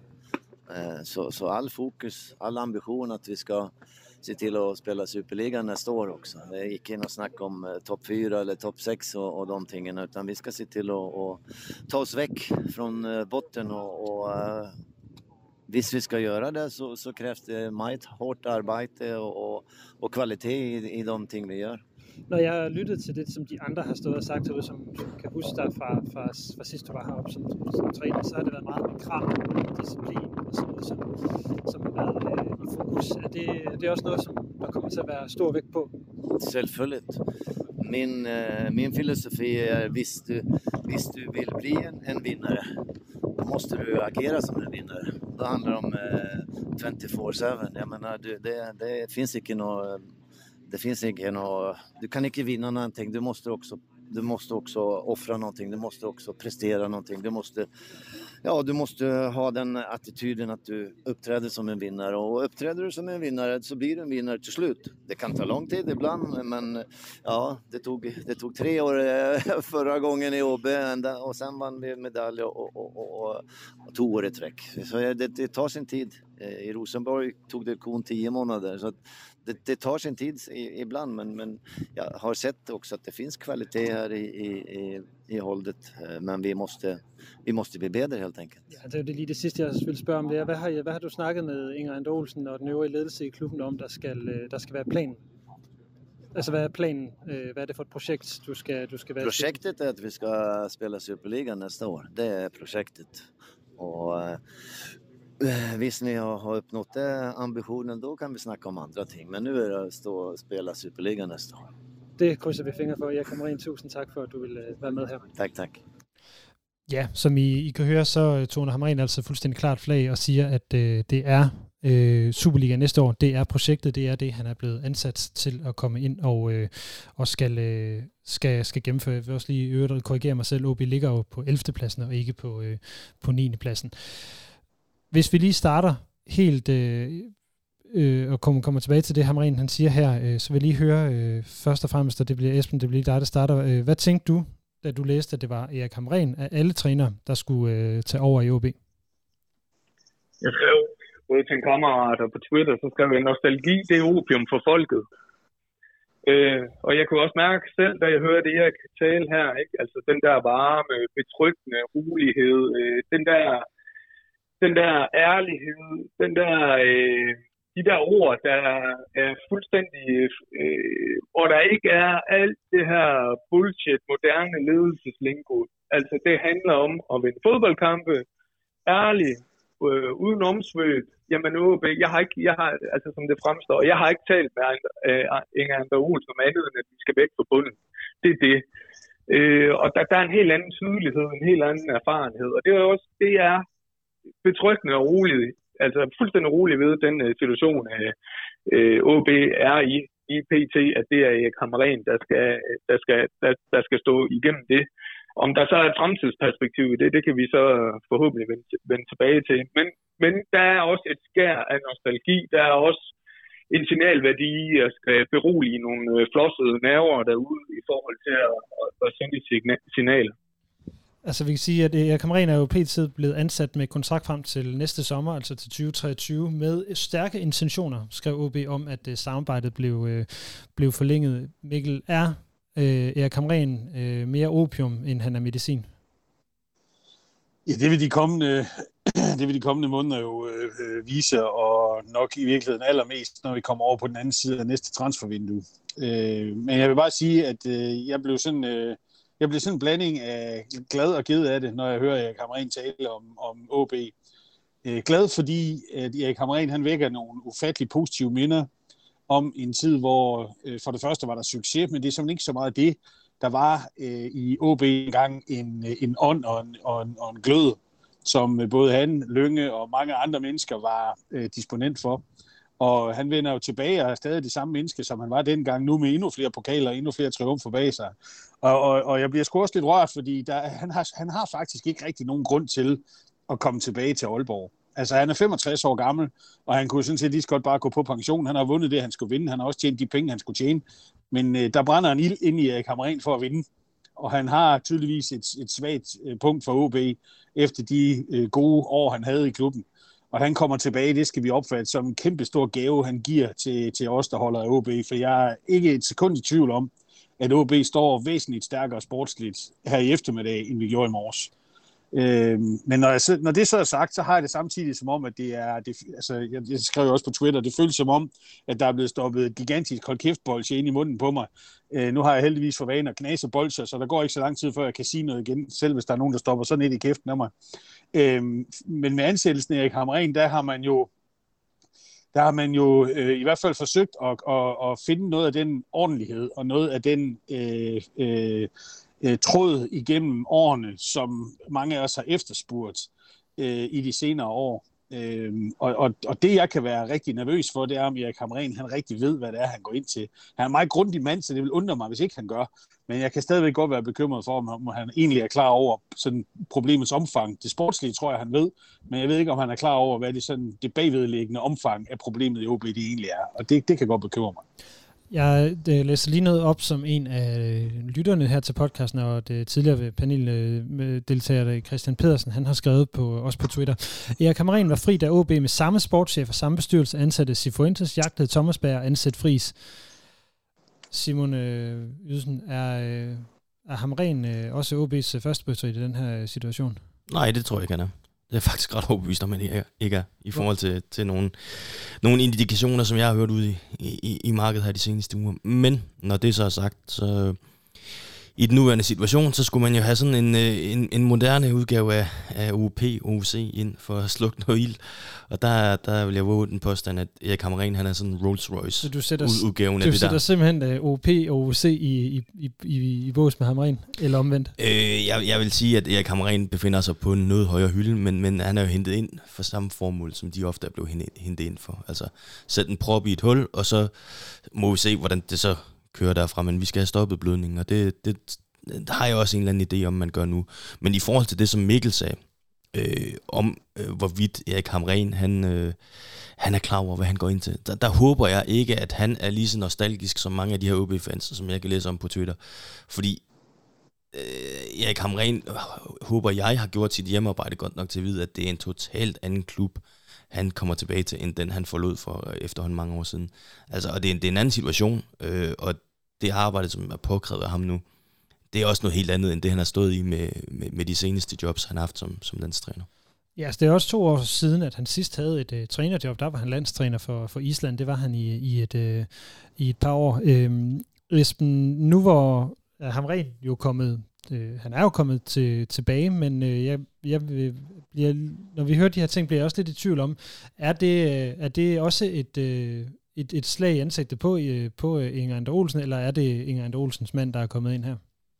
Så, så all fokus, all ambition att vi ska se till att spela Superligan nästa år också. Det är inte något snack om eh, topp fyra eller topp sex och, och de tingen, utan vi ska se till att och ta oss väck från eh, botten och, och eh, hvis vi ska göra det så, så krävs det meget hårt arbete og, og, og kvalitet i, i de ting, vi gør. Når jeg har lyttet til det, som de andre har stået og sagt til, som, som kan huske dig fra, fra, fra sidst du var heroppe som, som træner, så har det været meget med krav, disciplin og sådan noget, som, som har været øh, i fokus. Er det, er det også noget, som der kommer til at være stor vægt på? Selvfølgelig. Min, øh, min filosofi er, hvis du, hvis du vil blive en, en vinnare, då måste du agera som en vinnare. Det handlar om eh, twenty-four seven. Jag menar, du, det, det finns inte något, det finns inte något, du kan inte vinna någonting. Du måste också, du måste också offra någonting. Du måste också prestera någonting. Du måste, ja, du måste ha den attityden att du uppträder som en vinnare. Och uppträder du som en vinnare så blir du en vinnare till slut. Det kan ta lång tid ibland, men ja, det tog, det tog tre år förra gången i O B och sen vann vi medalj och, och, och, och två år i träck. Så det, det tar sin tid. I Rosenborg tog det kon tio månader, så att det, det tar sin tid i, ibland, men, men jag har sett också att det finns kvalitet här i, i, i hållet, men vi måste, vi måste bli bedre helt enkelt. Ja, det er lige det sidste, jeg vil spørge om. Det er, hvad, har, hvad har du snakket med Inger Ande Olsen og den øvrige ledelse i klubben om, der skal, der skal være planen? Altså, hvad er planen? Hvad er det for et projekt, du skal, du skal være? Projektet er, at vi skal spille Superligaen næste år. Det er projektet. Og hvis ni har uppnått det ambitionen, då kan vi snakke om andre ting. Men nu er det at stå og spille Superligaen næste år. Det krydser vi fingre for. Jeg kommer ind. Tusind tak for, at du vil være med her. Tak, tak. Ja, som I, I kan høre, så toner Hamrén altså fuldstændig klart flag og siger, at øh, det er øh, Superliga næste år. Det er projektet, det er det, han er blevet ansat til at komme ind og, øh, og skal, øh, skal, skal gennemføre. Jeg vil også lige øvrigt korrigere mig selv. O B ligger jo på ellevte pladsen og ikke på, øh, på niende pladsen. Hvis vi lige starter helt øh, øh, og kommer, kommer tilbage til det, Hamrén han siger her, øh, så vil jeg lige høre øh, først og fremmest, og det bliver Esben, det bliver dig, der starter. Øh, hvad tænkte du, da du læste, at det var Erik Hamrén af alle trænere, der skulle øh, tage over i O B? Jeg skrev både til en kammerat og på Twitter, så skrev jeg, nostalgi, det er opium for folket. Øh, og jeg kunne også mærke selv, da jeg hørte Erik tale her, ikke? Altså den der varme, betryggende rolighed, øh, den der den der ærlighed, den der øh, de der ord, der er fuldstændig, øh, hvor der ikke er alt det her bullshit, moderne ledelseslingo. Altså det handler om at vinde fodboldkampe, ærlig, øh, uden omsvøb. Jamen O B, jeg har ikke, jeg har, altså som det fremstår, jeg har ikke talt med øh, Inger Ander Olsen om andet, end at vi skal væk fra bunden. Det er det. Øh, og der, der er en helt anden tydelighed, en helt anden erfarenhed. Og det er også, det er betryggende og roligt. Altså fuldstændig rolig ved den uh, situation, uh, uh, O B er i, i P T, at det er Erik Hamrén, der skal, der, skal, der, der skal stå igennem det. Om der så er et fremtidsperspektiv i det, det kan vi så forhåbentlig vende, vende tilbage til. Men, men der er også et skær af nostalgi, der er også en signalværdi at skal berolige nogle uh, flossede nerver derude i forhold til at, at, at sende et signal. Altså vi kan sige, at Erik Hamrén er jo pt. Blevet ansat med kontrakt frem til næste sommer, altså til tyve treogtyve, med stærke intentioner, skrev O B om, at uh, samarbejdet blev, uh, blev forlænget. Mikkel, er uh, Erik Hamrén uh, mere opium, end han er medicin? Ja, det vil de kommende, det vil de kommende måneder jo øh, vise, og nok i virkeligheden allermest, når vi kommer over på den anden side af næste transfervindue. Øh, men jeg vil bare sige, at øh, jeg blev sådan... Øh, Jeg bliver sådan en blanding af glad og ked af det, når jeg hører Erik Hamrén tale om, om O B. Øh, glad fordi, at Erik Hamrén han vækker nogle ufattelig positive minder om en tid, hvor øh, for det første var der succes, men det er simpelthen ikke så meget det. Der var øh, i O B engang en, en ånd og en, og, en, og en glød, som både han, Lynge og mange andre mennesker var øh, disponent for. Og han vender jo tilbage og er stadig det samme menneske, som han var dengang, nu med endnu flere pokaler og endnu flere triumfer bag sig. Og, og, og jeg bliver sgu også lidt rørt, fordi der, han, har, han har faktisk ikke rigtig nogen grund til at komme tilbage til Aalborg. Altså han er femogtres år gammel, og han kunne sådan set lige så godt bare gå på pension. Han har vundet det, han skulle vinde. Han har også tjent de penge, han skulle tjene. Men øh, der brænder en ild ind i Erik Hamrén for at vinde. Og han har tydeligvis et, et svagt øh, punkt for O B efter de øh, gode år, han havde i klubben. Og han kommer tilbage, det skal vi opfatte som en kæmpe stor gave, han giver til, til os, der holder af O B. For jeg er ikke et sekund i tvivl om, at O B står væsentligt stærkere sportsligt her i eftermiddag, end vi gjorde i morges. Øh, men når, jeg, når det så er sagt, så har jeg det samtidig som om, at det er... Det, altså, jeg, jeg skrev jo også på Twitter, det føles som om, at der er blevet stoppet et gigantisk koldkæftbolsje ind i munden på mig. Øh, nu har jeg heldigvis for vane at knase bolsjer, så der går ikke så lang tid, før jeg kan sige noget igen, selv hvis der er nogen, der stopper sådan lidt i kæften af mig. Øh, men med ansættelsen af Erik Hamrén, der har man jo der har man jo øh, i hvert fald forsøgt at, at, at finde noget af den ordentlighed og noget af den øh, øh, øh, tråd igennem årene, som mange af os har efterspurgt øh, i de senere år. Øh, og, og, og det, jeg kan være rigtig nervøs for, det er, om Erik Hamrén, han rigtig ved, hvad det er, han går ind til. Han er en meget grundig mand, så det vil undre mig, hvis ikke han gør. Men jeg kan stadigvæk godt være bekymret for, om han egentlig er klar over sådan problemets omfang. Det sportslige tror jeg, han ved, men jeg ved ikke, om han er klar over, hvad det, sådan, det bagvedliggende omfang af problemet i O B det egentlig er. Og det, det kan godt bekymre mig. Jeg læser lige noget op, som en af lytterne her til podcasten, og det tidligere paneldeltager Christian Pedersen, han har skrevet på, også på Twitter. Erik Hamrén var fri, da O B med samme sportschef og samme bestyrelse ansatte Cifuentes, jagtede Thomas Berg og ansætte Friis. Simon øh, Ydelsen, er, øh, er Hamrén øh, også O B's førsteprioritet i den her situation? Nej, det tror jeg ikke, han er. Det er faktisk ret overbevist om, at han ikke er, i forhold til, til nogle, nogle indikationer, som jeg har hørt ude i, i, i markedet her de seneste uger. Men når det så er sagt, så i den nuværende situation, så skulle man jo have sådan en, en, en moderne udgave af, af O P O C ind for at slukke noget ild. Og der, der vil jeg våge den påstand, at Erik Hamrén, han er sådan en Rolls Royce så du sætter, udgaven af af det der. Du sætter simpelthen uh, O P og O C i, i, i, i, i bås med Hamrén, eller omvendt? Øh, jeg, jeg vil sige, at Erik Hamrén befinder sig på en noget højere hylde, men, men han er jo hentet ind for samme formål, som de ofte er blevet hentet ind for. Altså sæt en prop i et hul, og så må vi se, hvordan det så kører derfra, men vi skal have stoppet blødningen, og det, det, det har jeg også en eller anden idé om, man gør nu. Men i forhold til det, som Mikkel sagde, øh, om øh, hvorvidt Erik Hamrén, han, øh, han er klar over, hvad han går ind til, der, der håber jeg ikke, at han er lige så nostalgisk som mange af de her O B-fans, som jeg kan læse om på Twitter. Fordi øh, Erik Hamrén, håber jeg, har gjort sit hjemmearbejde godt nok til at vide, at det er en totalt anden klub, han kommer tilbage til, end den han forlod for efterhånden mange år siden. Altså, og det er en, det er en anden situation, øh, og det arbejde, som er påkrævet af ham nu, det er også noget helt andet, end det han har stået i med, med, med de seneste jobs, han har haft som, som landstræner. Ja, altså det er også to år siden, at han sidst havde et uh, trænerjob. Der var han landstræner for, for Island. Det var han i, i, et, uh, i et par år. Øhm, Esben, nu hvor er Hamrén jo kommet, øh, han er jo kommet til, tilbage, men øh, jeg, jeg, jeg, når vi hører de her ting, bliver jeg også lidt i tvivl om, er det, er det også et... Øh, Et, et slag i ansigtet på, på Inger Ander Olsen, eller er det Inger Ander Olsens mand, der er kommet ind her?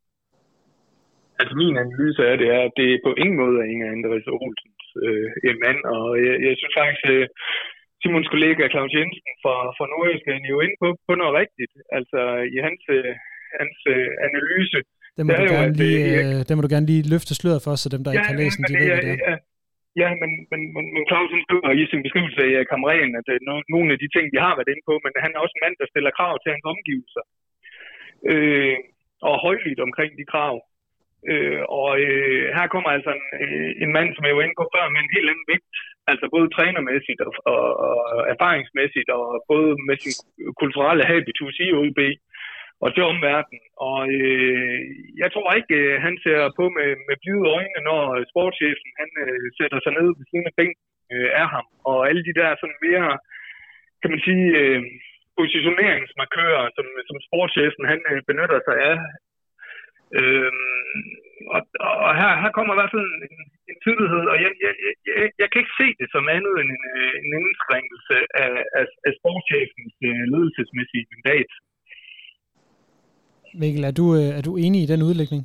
Altså min analyse af det er, at det på ingen måde er Inger Ander Olsens øh, en mand, og jeg, jeg synes faktisk, at Simons kollega Claus Jensen fra, fra Nordjysk er jo inde på, på noget rigtigt. Altså i hans, hans analyse. Den må, du jo, gerne lige, det, den må du gerne lige løfte sløret for, så dem, der ja, ikke kan læse den, de ved, hvad det er. Ja. Ja, men, men, men, men Clausen skriver i sin beskrivelse af Hamrén, at no, nogle af de ting, vi har været inde på, men han er også en mand, der stiller krav til hans omgivelser. Øh, og højlydt omkring de krav. Øh, og øh, her kommer altså en, en mand, som jeg var inde på før, med en helt anden vægt. Altså både trænermæssigt og, og, og erfaringsmæssigt, og både med sin kulturelle habitus i O B og til omverdenen. Og øh, jeg tror ikke, han ser på med, med blide øjne, når sportschefen han, øh, sætter sig ned ved siden af bænken øh, af ham. Og alle de der sådan mere, kan man sige, øh, positioneringsmarkører, som, som sportschefen han øh, benytter sig af. Øh, og og her, her kommer i hvert fald en, en tydelighed, og jeg, jeg, jeg, jeg kan ikke se det som andet end en, en indskrænkelse af, af, af sportschefens øh, ledelsesmæssige mandat. Mikkel, er du, er du enig i den udlægning?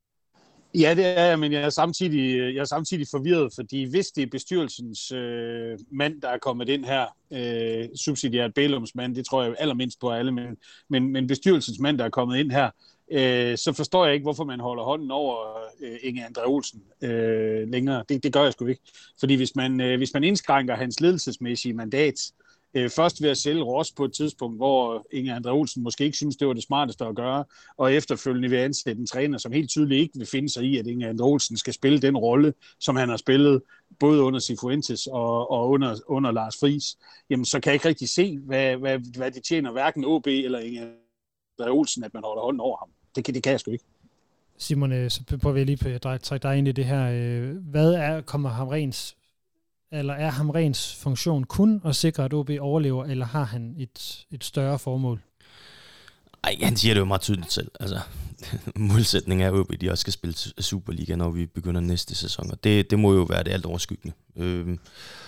Ja, det er jeg, men jeg er samtidig, jeg er samtidig forvirret, fordi hvis det er bestyrelsens øh, mand, der er kommet ind her, øh, subsidiært Bælums mand, det tror jeg allermindst på alle, men, men, men bestyrelsens mand, der er kommet ind her, øh, så forstår jeg ikke, hvorfor man holder hånden over øh, Inger Ander Olsen øh, længere. Det, det gør jeg sgu ikke. Fordi hvis man, øh, hvis man indskrænker hans ledelsesmæssige mandat, først ved at sælge Ross på et tidspunkt, hvor Inger Ander Olsen måske ikke synes, det var det smarteste at gøre, og efterfølgende vil ansætte en træner, som helt tydeligt ikke vil finde sig i, at Inger Ander Olsen skal spille den rolle, som han har spillet, både under Cifuentes og, og under, under Lars Friis, jamen så kan jeg ikke rigtig se, hvad, hvad, hvad det tjener hverken O B eller Inger Ander Olsen, at man holder hånden over ham. Det kan, det kan jeg sgu ikke. Simon, så prøver jeg lige at trække dig ind i det her. Hvad er, kommer Hamréns Eller er Hamréns funktion kun at sikre, at O B overlever, eller har han et, et større formål? Ej, han siger det jo meget tydeligt selv. Altså, målsætningen er, at O B de også skal spille Superliga, når vi begynder næste sæson. Og det, det må jo være det alt overskyggende. Øhm,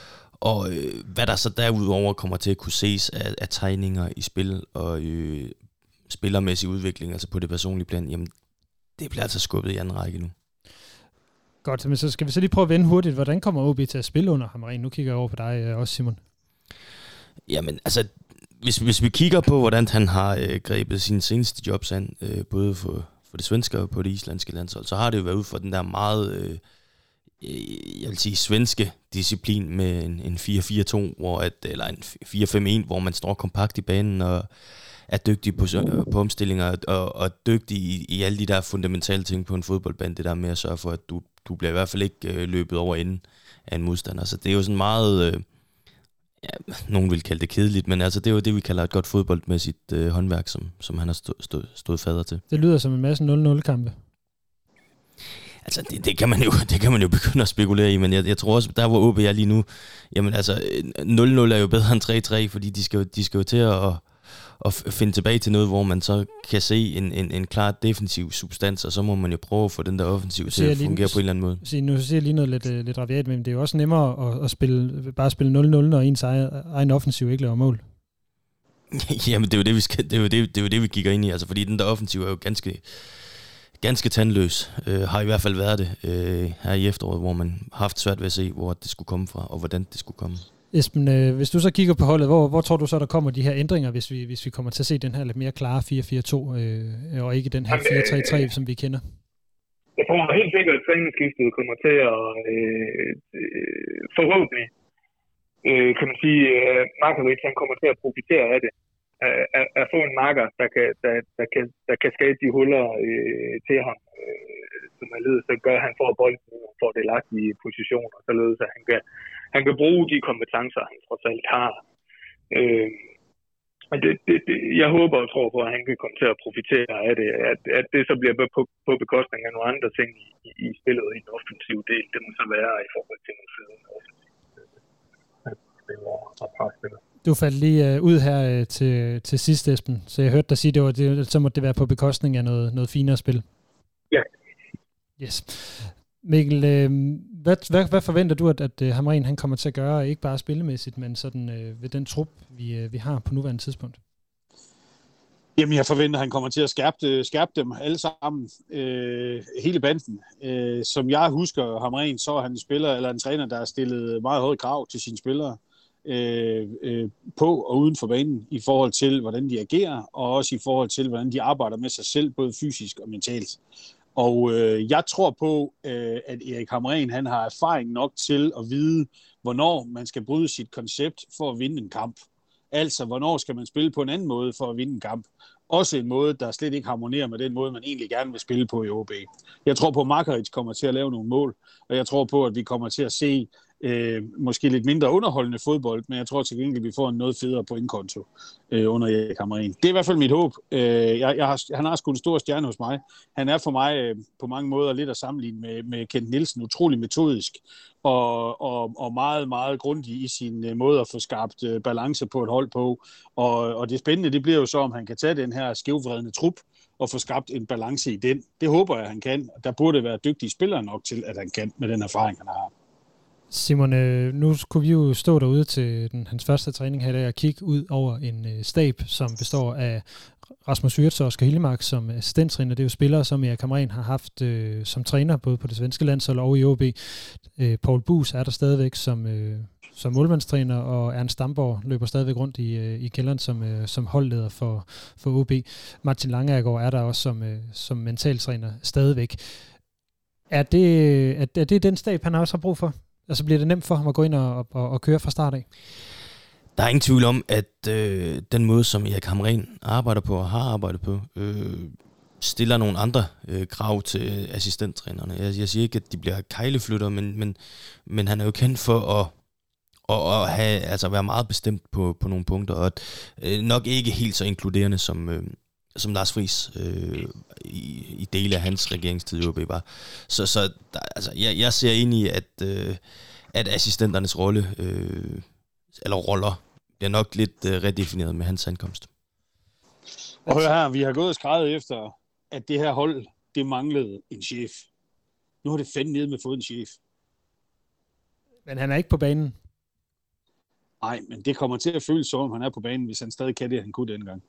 og øh, hvad der så derudover kommer til at kunne ses af, af tegninger i spil og øh, spillermæssig udvikling, altså på det personlige plan, jamen det bliver altså skubbet i anden række nu. Godt, men så skal vi så lige prøve at vende hurtigt. Hvordan kommer O B til at spille under Hamrén? Nu kigger jeg over på dig også, Simon. Jamen, altså, hvis, hvis vi kigger på, hvordan han har øh, grebet sine seneste jobs an, øh, både for, for det svenske og på det islandske landshold, så har det jo været ud for den der meget, øh, jeg vil sige, svenske disciplin med en, en fire fire to, hvor at, eller en fire fem en, hvor man står kompakt i banen og er dygtig på, på omstillinger og, og dygtig i, i alle de der fundamentale ting på en fodboldbane, det der med at sørge for, at du, du bliver i hvert fald ikke øh, løbet over enden af en modstander. Så det er jo sådan meget, øh, ja, nogen vil kalde det kedeligt, men altså det er jo det, vi kalder et godt fodboldmæssigt øh, håndværk, som, som han har stå, stå, stået fader til. Det lyder som en masse nul nul kampe. Altså det, det, kan man jo, det kan man jo begynde at spekulere i, men jeg, jeg tror også, der hvor O B er lige nu, jamen altså nul nul er jo bedre end tre tre, fordi de skal, de skal jo til at at finde tilbage til noget, hvor man så kan se en, en, en klar defensiv substans, og så må man jo prøve at få den der offensiv til at fungere lige, på en eller anden måde. Se, nu siger jeg lige noget lidt, lidt rabiat, men det er jo også nemmere at, at spille, bare spille nul nul, når ens egen offensiv ikke laver mål. Jamen, det er jo det, vi skal, det er jo det, det er jo det, vi kigger ind i, altså, fordi den der offensiv er jo ganske, ganske tandløs, øh, har i hvert fald været det øh, her i efteråret, hvor man har haft svært ved at se, hvor det skulle komme fra, og hvordan det skulle komme. Esben, øh, hvis du så kigger på holdet, hvor, hvor tror du så, der kommer de her ændringer, hvis vi, hvis vi kommer til at se den her lidt mere klare fire fire to, øh, og ikke den her fire tre tre, som vi kender? Jeg tror helt sikkert, at træningsskiftet kommer til at øh, øh, forhåbentlig, øh, kan man sige, at Markovic han kommer til at profitere af det. At, at få en marker, der kan, der, der kan, der kan skabe de huller øh, til ham, øh, som er ledet, så gør, at han får bolden og får det lagt i positioner, således at han kan, han kan bruge de kompetencer, han trods alt har. Øh, det, det, det, jeg håber og tror på, at han kan komme til at profitere af det, at, at det så bliver på, på bekostning af nogle andre ting i, i, i spillet i den offensive del. Det må så være i forhold til nogle sider offensive spillere og parspillere. Du faldt lige uh, ud her uh, til, til sidst, Esben, så jeg hørte dig sige, at det var, det, så måtte det være på bekostning af noget, noget finere spil. Ja. Yes. Mikkel, uh, hvad, hvad, hvad forventer du, at, at uh, Hamrén han kommer til at gøre, ikke bare spillemæssigt, men sådan uh, ved den trup, vi, uh, vi har på nuværende tidspunkt? Jamen, jeg forventer, at han kommer til at skærpe, skærpe dem alle sammen, øh, hele banden. Øh, som jeg husker Hamrén, så er han en spiller, eller en træner, der har stillet meget høje krav til sine spillere. Øh, øh, på og uden for banen i forhold til, hvordan de agerer, og også i forhold til, hvordan de arbejder med sig selv, både fysisk og mentalt. Og øh, jeg tror på, øh, at Erik Hamrén, han har erfaring nok til at vide, hvornår man skal bryde sit koncept for at vinde en kamp. Altså, hvornår skal man spille på en anden måde for at vinde en kamp. Også en måde, der slet ikke harmonerer med den måde, man egentlig gerne vil spille på i O B. Jeg tror på, at Markovic kommer til at lave nogle mål, og jeg tror på, at vi kommer til at se Øh, måske lidt mindre underholdende fodbold, men jeg tror til gengæld, at vi får en noget federe pointkonto øh, under Erik Hamrén. Det er i hvert fald mit håb. Øh, jeg, jeg har, han har sgu en stor stjerne hos mig. Han er for mig øh, på mange måder lidt at sammenligne med, med Kent Nielsen. Utrolig metodisk og, og, og meget, meget grundig i sin øh, måde at få skabt øh, balance på et hold på. Og, og det spændende, det bliver jo så, om han kan tage den her skævvredende trup og få skabt en balance i den. Det håber jeg, han kan. Der burde være dygtige spillere nok til, at han kan med den erfaring, han har. Simon, nu skulle vi jo stå derude til den, hans første træning her i dag og kigge ud over en øh, stab, som består af Rasmus Wirtz og Oscar Hillemark som assistenttræner. Det er jo spillere, som Erik Hamrén har haft øh, som træner, både på det svenske landshold og i O B. Øh, Paul Buus er der stadigvæk som, øh, som målmandstræner, og Ernst Damborg løber stadigvæk rundt i, øh, i kælderen som, øh, som holdleder for, for O B. Martin Langegaard er der også som, øh, som mentaltræner stadigvæk. Er det, er, er det den stab, han også har brug for? Altså bliver det nemt for ham at gå ind og, og, og køre fra start af? Der er ingen tvivl om, at øh, den måde, som Erik Hamrén arbejder på og har arbejdet på, øh, stiller nogle andre øh, krav til assistenttrænerne. Jeg, jeg siger ikke, at de bliver kejleflytter, men, men, men han er jo kendt for at, at, at have, altså være meget bestemt på, på nogle punkter, og at, øh, nok ikke helt så inkluderende som... Øh, som Lars Friis øh, i, i dele af hans regeringstid i O B var. Så, så der, altså, jeg, jeg ser ind i, at, øh, at assistenternes rolle, øh, eller roller, bliver nok lidt øh, redefineret med hans ankomst. Og hør her, vi har gået og skrevet efter, at det her hold, det manglede en chef. Nu har det fandme ned med fået en chef. Men han er ikke på banen. Nej, men det kommer til at føles som om han er på banen, hvis han stadig kan det, han kunne dengang.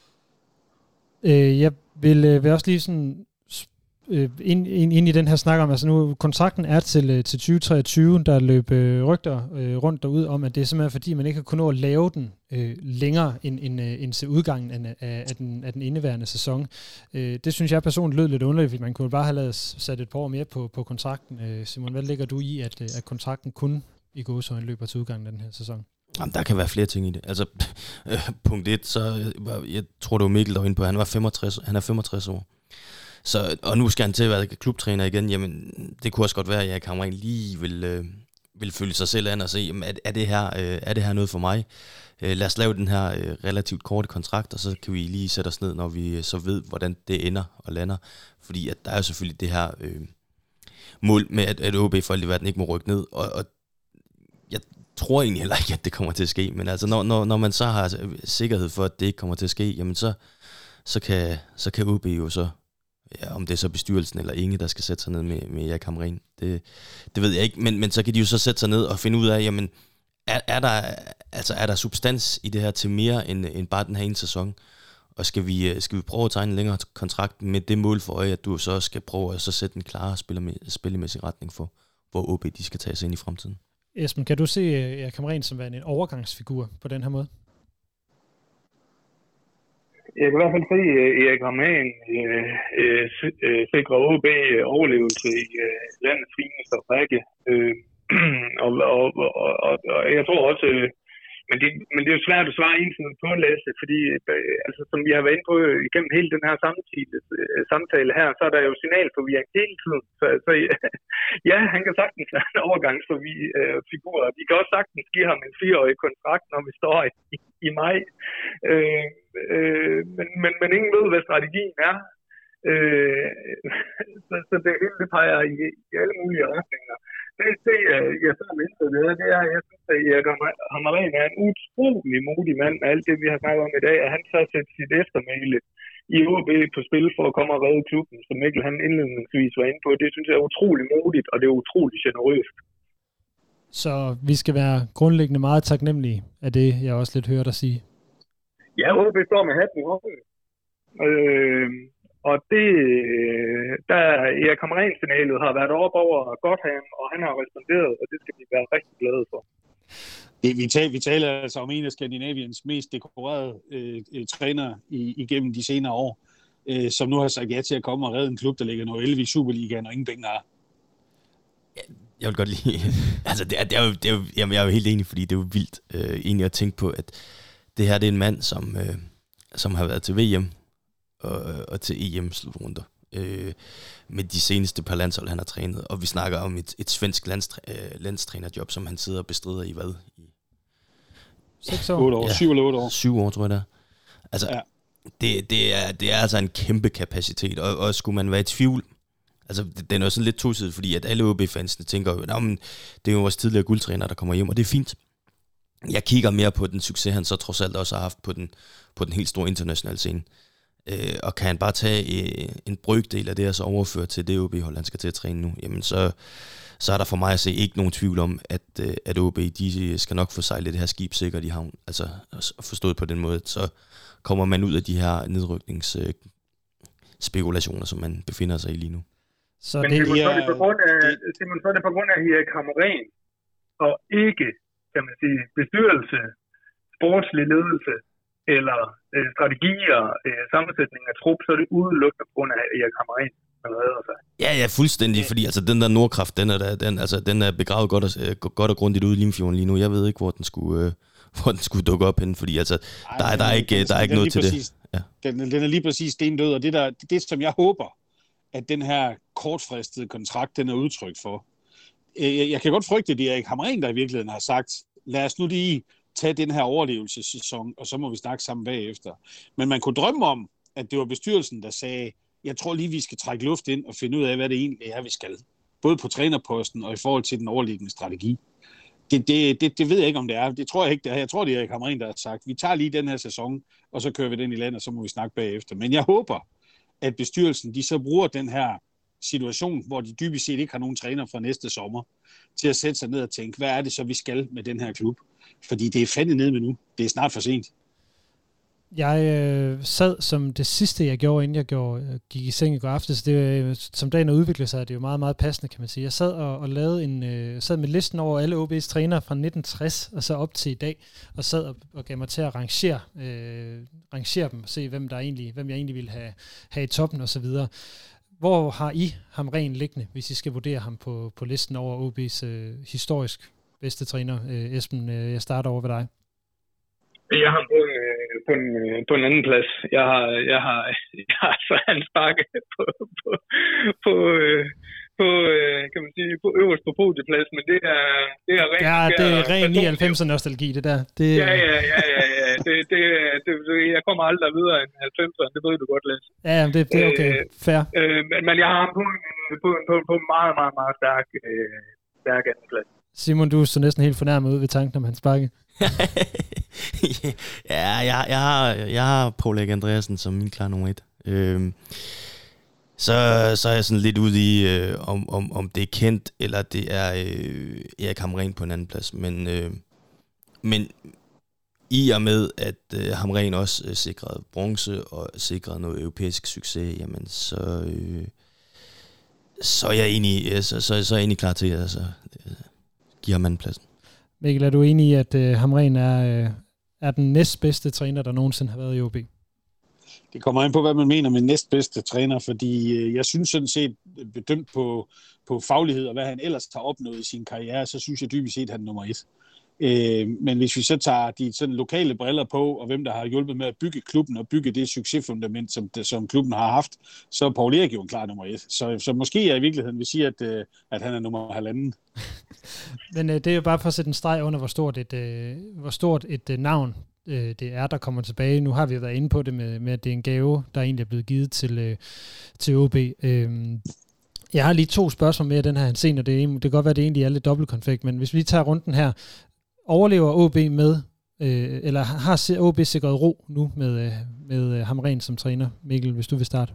Øh, jeg vil, øh, vil også lige sådan øh, ind, ind, ind i den her snak om, altså nu kontrakten er til, øh, til tyve treogtyve, der løb øh, rygter øh, rundt derude om, at det er simpelthen fordi, man ikke har kunnet nå at lave den øh, længere end, end, øh, end til udgangen af, af, af, den, af den indeværende sæson. Øh, det synes jeg personligt lød lidt underligt, fordi man kunne bare have lavet sat et par år mere på, på kontrakten. Øh, Simon, hvad lægger du i, at, at kontrakten kun i gåseøjne løber til udgangen af den her sæson? Jamen, der kan være flere ting i det. Altså, øh, punkt et, så jeg tror, det var Mikkel, der var inde på, han var femogtres, han er femogtres år. Så, og nu skal han til at være klubtræner igen. Jamen, det kunne også godt være, at jeg kan lige vil, øh, vil følge sig selv an og se, jamen, er, er, det her, øh, er det her noget for mig? Øh, lad os lave den her øh, relativt korte kontrakt, og så kan vi lige sætte os ned, når vi så ved, hvordan det ender og lander. Fordi at der er jo selvfølgelig det her øh, mål med, at, at O B for alt i verden ikke må rykke ned, og, og jeg tror egentlig heller ikke, at det kommer til at ske, men altså, når, når, når man så har sikkerhed for, at det ikke kommer til at ske, jamen så, så kan, så kan O B jo så, ja, om det er så bestyrelsen eller Inge, der skal sætte sig ned med, med Erik Hamrén, det, det ved jeg ikke, men, men så kan de jo så sætte sig ned og finde ud af, jamen, er, er, der, altså, er der substans i det her til mere end, end bare den her ene sæson? Og skal vi, skal vi prøve at tegne en længere kontrakt med det mål for øje, at du så skal prøve at så sætte en klar spillemæssig retning for, hvor O B de skal tage sig ind i fremtiden? Esben, kan du se Erik Hamrén som være en overgangsfigur på den her måde? Jeg kan i hvert fald se, at Erik Hamrén øh, øh, sikrer O B overlevelse i øh, landets fineste række. Øh, og, og, og, og, og jeg tror også, øh, men, det, men det er jo svært at svare ensidigt på, Lasse, fordi øh, altså, som vi har været inde på igennem hele den her samtale, øh, samtale her, så er der jo signalforvirring hele tiden. Så, så ja, han kan sagtens være en overgangsfigur. Øh, vi kan også sagtens give ham en fireårig kontrakt, når vi står i, i, i maj. Øh, øh, men, men, men ingen ved, hvad strategien er. Øh, så, så det hele det peger i, i alle mulige retninger. Det, det jeg så har mistet det, det er, at jeg synes, at Erik Hamrén er en utrolig modig mand med alt det, vi har snakket om i dag, at han så sætter sit eftermæle i O B på spil for at komme og redde klubben, som Mikkel han indledningsvis var inde på. Det synes jeg er utrolig modigt, og det er utrolig generøst. Så vi skal være grundlæggende meget taknemmelige af det, jeg også lidt hører dig sige. Ja, O B står med hatten i hånden. Øh, Og det, der Erik Hamrén-signalet har været op over Gotham, og han har responderet, og det skal vi være rigtig glade for. Det, vi, taler, vi taler altså om en af Skandinaviens mest dekorerede øh, træner igennem de senere år, øh, som nu har sagt ja til at komme og redde en klub, der ligger nummer elleve i Superligaen, og ingen penge har. Jeg vil godt lide, altså det er, det er jo, det er jo, jamen jeg er jo helt enig, fordi det er jo vildt øh, egentlig at tænke på, at det her det er en mand, som, øh, som har været til V M, Og, og til E M-slutrunder øh, med de seneste par landshold, han har trænet. Og vi snakker om et, et svensk landstræ, øh, landstrænerjob, som han sidder og bestrider i hvad? I seks år? otte år, ja, syv eller otte år. Syv år, tror jeg det er. Altså, ja. det, det, er, det er altså en kæmpe kapacitet, og, og skulle man være i tvivl, altså det, det er jo sådan lidt tosidigt, fordi at alle O B-fansene tænker jo, men det er jo vores tidligere guldtræner, der kommer hjem, og det er fint. Jeg kigger mere på den succes, han så trods alt også har haft på den, på den helt store internationale scene. Øh, og kan han bare tage øh, en brøkdel af det, og så overføre til det O B-hold, han skal til at træne nu, jamen så, så er der for mig at se ikke nogen tvivl om, at, øh, at O B, de skal nok få sejlet det her skib sikkert i havn. Altså forstået på den måde, så kommer man ud af de her nedrykningsspekulationer, øh, som man befinder sig i lige nu. Så Men det, Simon, så er det på grund af, Simon, så er det på grund af Erik Hamrén, og ikke, kan man sige, bestyrelse, sportslig ledelse, eller øh, strategier, øh, sammensætning af trup, så er det udelukkende på grund af Erik Hamrén, man redder sig. Ja, ja, fuldstændig, fordi altså den der Nordkraft, den er, der, den, altså, den er begravet godt og, øh, godt og grundigt ude i Limfjorden lige nu. Jeg ved ikke, hvor den skulle, øh, hvor den skulle dukke op hen, fordi altså, Ej, der, er, der er ikke, der er ikke noget til præcis, det. Ja. Den, den er lige præcis stendød, og det, der, det som jeg håber, at den her kortfristede kontrakt, den er udtryk for. Jeg, jeg kan godt frygte, at det er Erik Hamrén, der i virkeligheden har sagt, lad os nu lige tage den her overlevelsessæson, og så må vi snakke sammen bagefter. Men man kunne drømme om, at det var bestyrelsen, der sagde, jeg tror lige, vi skal trække luft ind og finde ud af, hvad det egentlig er, vi skal. Både på trænerposten og i forhold til den overliggende strategi. Det, det, det, det ved jeg ikke, om det er. Det tror jeg ikke, det er. Jeg tror, det er Erik Hamrén, der har sagt, vi tager lige den her sæson, og så kører vi den i land, og så må vi snakke bagefter. Men jeg håber, at bestyrelsen, de så bruger den her situation, hvor de dybest set ikke har nogen træner fra næste sommer, til at sætte sig ned og tænke, hvad er det så, vi skal med den her klub? Fordi det er fandme nede med nu. Det er snart for sent. Jeg øh, sad som det sidste, jeg gjorde, inden jeg gjorde, øh, gik i seng i går aftes. Det, øh, som dagen udviklede sig, det er jo meget, meget passende, kan man sige. Jeg sad og, og lavede en, øh, sad med listen over alle O B's trænere fra nitten tres og så op til i dag, og sad og, og gav mig til at rangere, øh, rangere dem og se, hvem, der egentlig, hvem jeg egentlig ville have, have i toppen og så videre. Hvor har I Hamrén liggende, hvis I skal vurdere ham på, på listen over O B's øh, historisk bedste træner? Øh, Esben, øh, jeg starter over ved dig. Jeg har på en, på en, på en anden plads. Jeg har, jeg har, jeg har så Hans Bakke på, på, på, på, kan man sige, på øverst på podieplads, men det er, det er ren... Ja, det er ren nioghalvfemser nostalgi, det der. Det, ja, ja, ja, ja, ja. Det, det, det, det, jeg kommer aldrig videre end halvfemserne, det ved du godt, Lasse. Ja, det, det er okay. Fair. Øh, men, men jeg har ham på en, på, på, på en meget, meget, meget stærk, øh, stærk anden plads. Simon, du så næsten helt fornærmet ud ved tanken om hans bakke. ja, jeg, jeg, har, jeg har Paul Erik Andreasen som min klar nummer et. Øhm, så, så er jeg sådan lidt ude i, øh, om, om, om det er kendt, eller det er øh, Erik Hamrén på en anden plads. Men, øh, men i og med, at øh, Hamrén også øh, sikrede bronze og sikrede noget europæisk succes, jamen så, øh, så er jeg egentlig, så, så, så er jeg egentlig klar til at altså, øh, give ham anden pladsen. Mikkel, er du enig i, at øh, Hamrén er, øh, er den næstbedste træner, der nogensinde har været i O B? Det kommer an på, hvad man mener med næstbedste træner, fordi øh, jeg synes sådan set, bedømt på, på faglighed og hvad han ellers har opnået i sin karriere, så synes jeg dybest set, at han er nummer et. Øh, men hvis vi så tager de sådan lokale briller på, og hvem der har hjulpet med at bygge klubben og bygge det succesfundament, som, som klubben har haft, så er Paul Erik jo en klar nummer et. Så, så måske er i virkeligheden, vi siger, at, øh, at han er nummer halvanden. Men øh, det er jo bare for at sætte en streg under, hvor stort et, øh, hvor stort et øh, navn øh, det er, der kommer tilbage. Nu har vi jo været inde på det med, med at det er en gave, der egentlig er blevet givet til, øh, til O B. Øh, jeg har lige to spørgsmål med den her scene, og det, er, det kan godt være, at det egentlig er lidt dobbeltkonfekt, men hvis vi lige tager runden her, overlever O B med, øh, eller har O B sikret ro nu med, med Hamrén som træner? Mikkel, hvis du vil starte.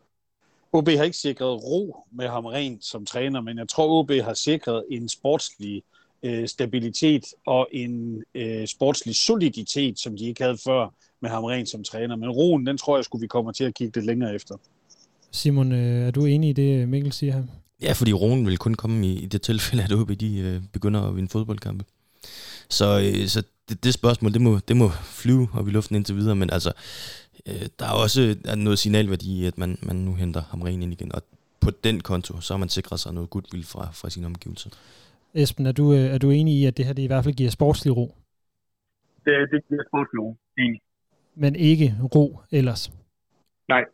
O B har ikke sikret ro med Hamrén som træner, men jeg tror, O B har sikret en sportslig øh, stabilitet og en øh, sportslig soliditet, som de ikke havde før med Hamrén som træner. Men roen, den tror jeg, skulle vi kommer til at kigge lidt længere efter. Simon, øh, er du enig i det, Mikkel siger her? Ja, fordi roen vil kun komme i, i det tilfælde, at O B de, øh, begynder at vinde fodboldkampe. Så, øh, så det, det spørgsmål, det må, det må flyve op i luften indtil videre, men altså, øh, der er også noget signalværdi i, at man, man nu henter Hamrén ind igen, og på den konto, så har man sikret sig noget goodwill fra, fra sine omgivelser. Esben, er du, er du enig i, at det her det i hvert fald giver sportslig ro? Det, det giver sportslig ro, enig. Men ikke ro ellers? Nej.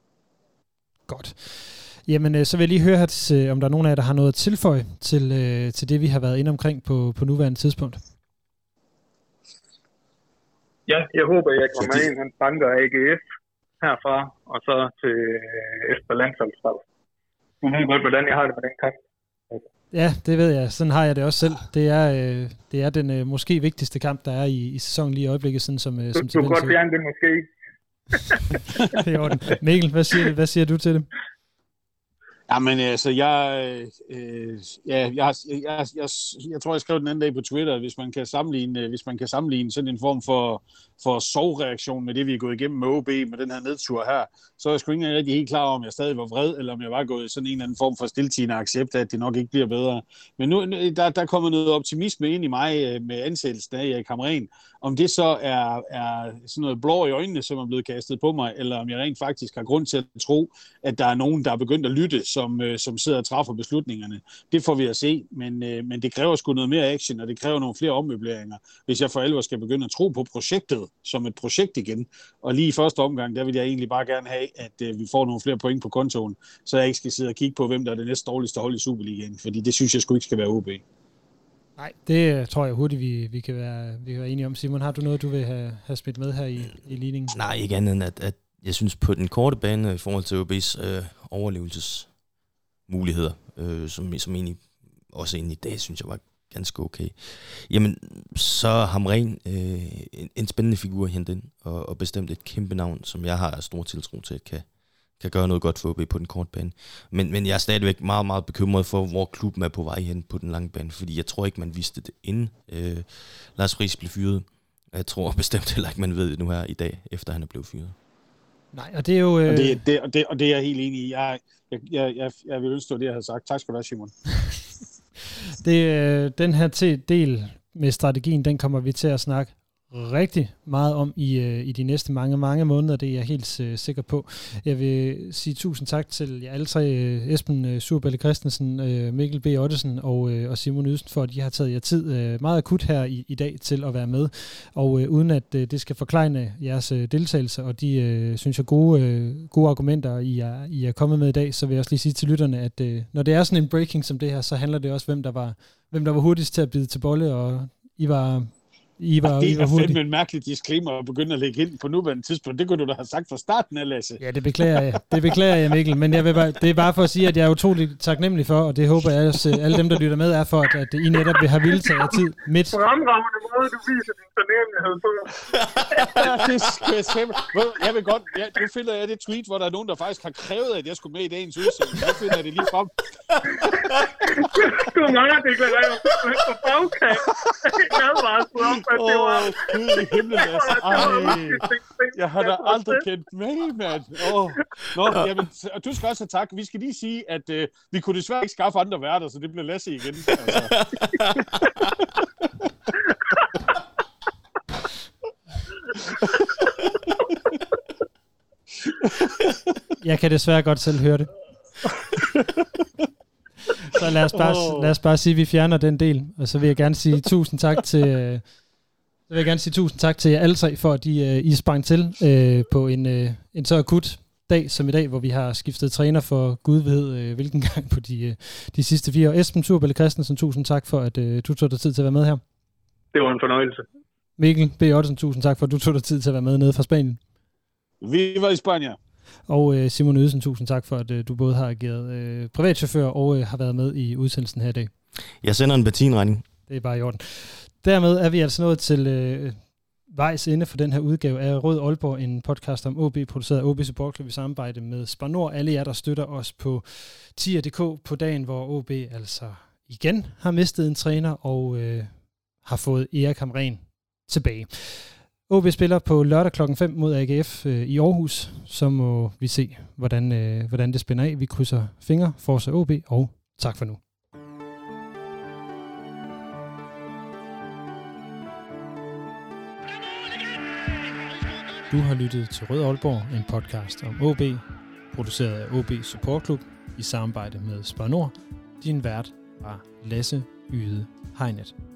Godt. Jamen, så vil jeg lige høre, at, om der er nogen af jer, der har noget at tilføje til, til det, vi har været inde omkring på, på nuværende tidspunkt. Ja, jeg håber, jeg kommer med en, han banker A G F herfra, og så til Esper Landsholdsfald. Du ved godt, hvordan jeg har det med den kamp. Ja, det ved jeg. Sådan har jeg det også selv. Det er, øh, det er den øh, måske vigtigste kamp, der er i, i sæsonen lige i øjeblikket. Sådan som, øh, du som du kan godt fjerne den måske. Det er orden. Mikkel, hvad siger, hvad siger du til det? Jamen altså, jeg, øh, ja, jeg, jeg, jeg, jeg, jeg tror, jeg skrev den anden dag på Twitter, at hvis man kan sammenligne, hvis man kan sammenligne sådan en form for, for sovreaktion med det, vi er gået igennem med O B, med den her nedtur her, så er jeg sgu ikke rigtig helt klar om jeg stadig var vred, eller om jeg var gået i sådan en eller anden form for stiltiende accept, at det nok ikke bliver bedre. Men nu, der, der kommer noget optimisme ind i mig med ansættelsen af Erik Hamrén. Om det så er, er sådan noget blå i øjnene, som er blevet kastet på mig, eller om jeg rent faktisk har grund til at tro, at der er nogen, der er begyndt at lytte, som, som sidder og træffer beslutningerne. Det får vi at se, men, men det kræver sgu noget mere action, og det kræver nogle flere ommøbleringer, hvis jeg for alvor skal begynde at tro på projektet som et projekt igen. Og lige i første omgang, der vil jeg egentlig bare gerne have, at vi får nogle flere point på kontoen, så jeg ikke skal sidde og kigge på, hvem der er det næste dårligste hold i Superligaen, fordi det synes jeg sgu ikke skal være O B. Nej, det tror jeg hurtigt, vi, vi, kan være, vi kan være enige om. Simon, har du noget, du vil have, have smidt med her i, i ligningen? Nej, ikke andet end, at, at jeg synes på den korte bane i forhold til O B's øh, overlevelsesmuligheder, øh, som, som egentlig også egentlig i dag, synes jeg var ganske okay. Jamen, så er Hamrén øh, en, en spændende figur at hente ind, og, og bestemt et kæmpe navn, som jeg har stor tiltro til, at kan, kan gøre noget godt for O B på den korte bane. Men, men jeg er stadigvæk meget, meget bekymret for, hvor klubben er på vej hen på den lange bane, fordi jeg tror ikke, man vidste det inden øh, Lars Friis blev fyret. Jeg tror bestemt heller ikke, man ved det nu her i dag, efter han er blevet fyret. Nej, og det er jo... Øh... Og, det, det, og, det, og det er jeg helt enig i. Jeg, jeg, jeg, jeg, jeg vil ønske, det jeg har sagt. Tak skal du have, Simon. det, øh, den her til del med strategien, den kommer vi til at snakke rigtig meget om i, øh, i de næste mange, mange måneder. Det er jeg helt øh, sikker på. Jeg vil sige tusind tak til jer alle tre, øh, Esben øh, Surbælle Christensen, øh, Mikkel B. Ottesen og, øh, og Simon Ydelsen, for at I har taget jer tid øh, meget akut her i, i dag til at være med. Og øh, uden at øh, det skal forklejne jeres øh, deltagelse og de, øh, synes jeg, gode, øh, gode argumenter, I er, I er kommet med i dag, så vil jeg også lige sige til lytterne, at øh, når det er sådan en breaking som det her, så handler det også, hvem der var, hvem der var hurtigst til at bide til bolle, og I var I var, det I var er hurtigt. fandme en mærkelig disclaimer at begynde at lægge ind på nuværende tidspunkt. Det kunne du da have sagt fra starten af, Lasse. Ja, det beklager jeg. Det beklager jeg, Mikkel. Men jeg vil bare, det er bare for at sige, at jeg er utrolig taknemmelig for, og det håber jeg også, alle dem, der lytter med, er for, at, at I netop vil have vildt af tid midt. Fremragende måde, du viser din taknemmelighed på. Ja, det skal jeg sige. Jeg vil godt, ja, nu finder jeg det tweet, hvor der er nogen, der faktisk har krævet, at jeg skulle med i dagens udsendelse. Nu finder jeg det lige frem. Du mangler deklareret på bagkant. En advarsel om, at det var... Åh, Gud i himlen, altså. Ej, jeg har da aldrig kendt med, mand. Åh. Nå, jamen, og du skal også have tak. Vi skal lige sige, at øh, vi kunne desværre ikke skaffe andre værter, så det bliver Lasse igen. Altså. Jeg kan desværre godt selv høre det. Så lad os bare, oh. lad os bare sige, at vi fjerner den del. Og så vil jeg gerne sige tusind tak til, øh, så vil jeg gerne sige tusind tak til jer alle tre, for at I, øh, I sprang til øh, på en, øh, en så akut dag som i dag, hvor vi har skiftet træner for Gud ved øh, hvilken gang på de, øh, de sidste fire år. Esben Turbælle Christensen, tusind tak for, at øh, du tog dig tid til at være med her. Det var en fornøjelse. Mikkel B. Ottesen, tusind tak for, at du tog dig tid til at være med nede fra Spanien. Vi var i Spanien. Og øh, Simon Ydelsen, tusind tak for, at øh, du både har ageret øh, privatchauffør og øh, har været med i udsendelsen her i dag. Jeg sender en benzinregning. Det er bare i orden. Dermed er vi altså nået til øh, vejs ende for den her udgave af Rød Aalborg, en podcast om O B, produceret af O B Support Club i samarbejde med Spar Nord. Alle jer, der støtter os på tier punktum d k på dagen, hvor O B altså igen har mistet en træner og øh, har fået Erik Hamrén tilbage. O B spiller på lørdag klokken fem mod A G F øh, i Aarhus. Så må vi se, hvordan, øh, hvordan det spænder af. Vi krydser fingre, Forza O B, og tak for nu. Du har lyttet til Rød Aalborg, en podcast om O B, produceret af O B Support Club i samarbejde med Spar Nord. Din vært var Lasse Yde Hegnet.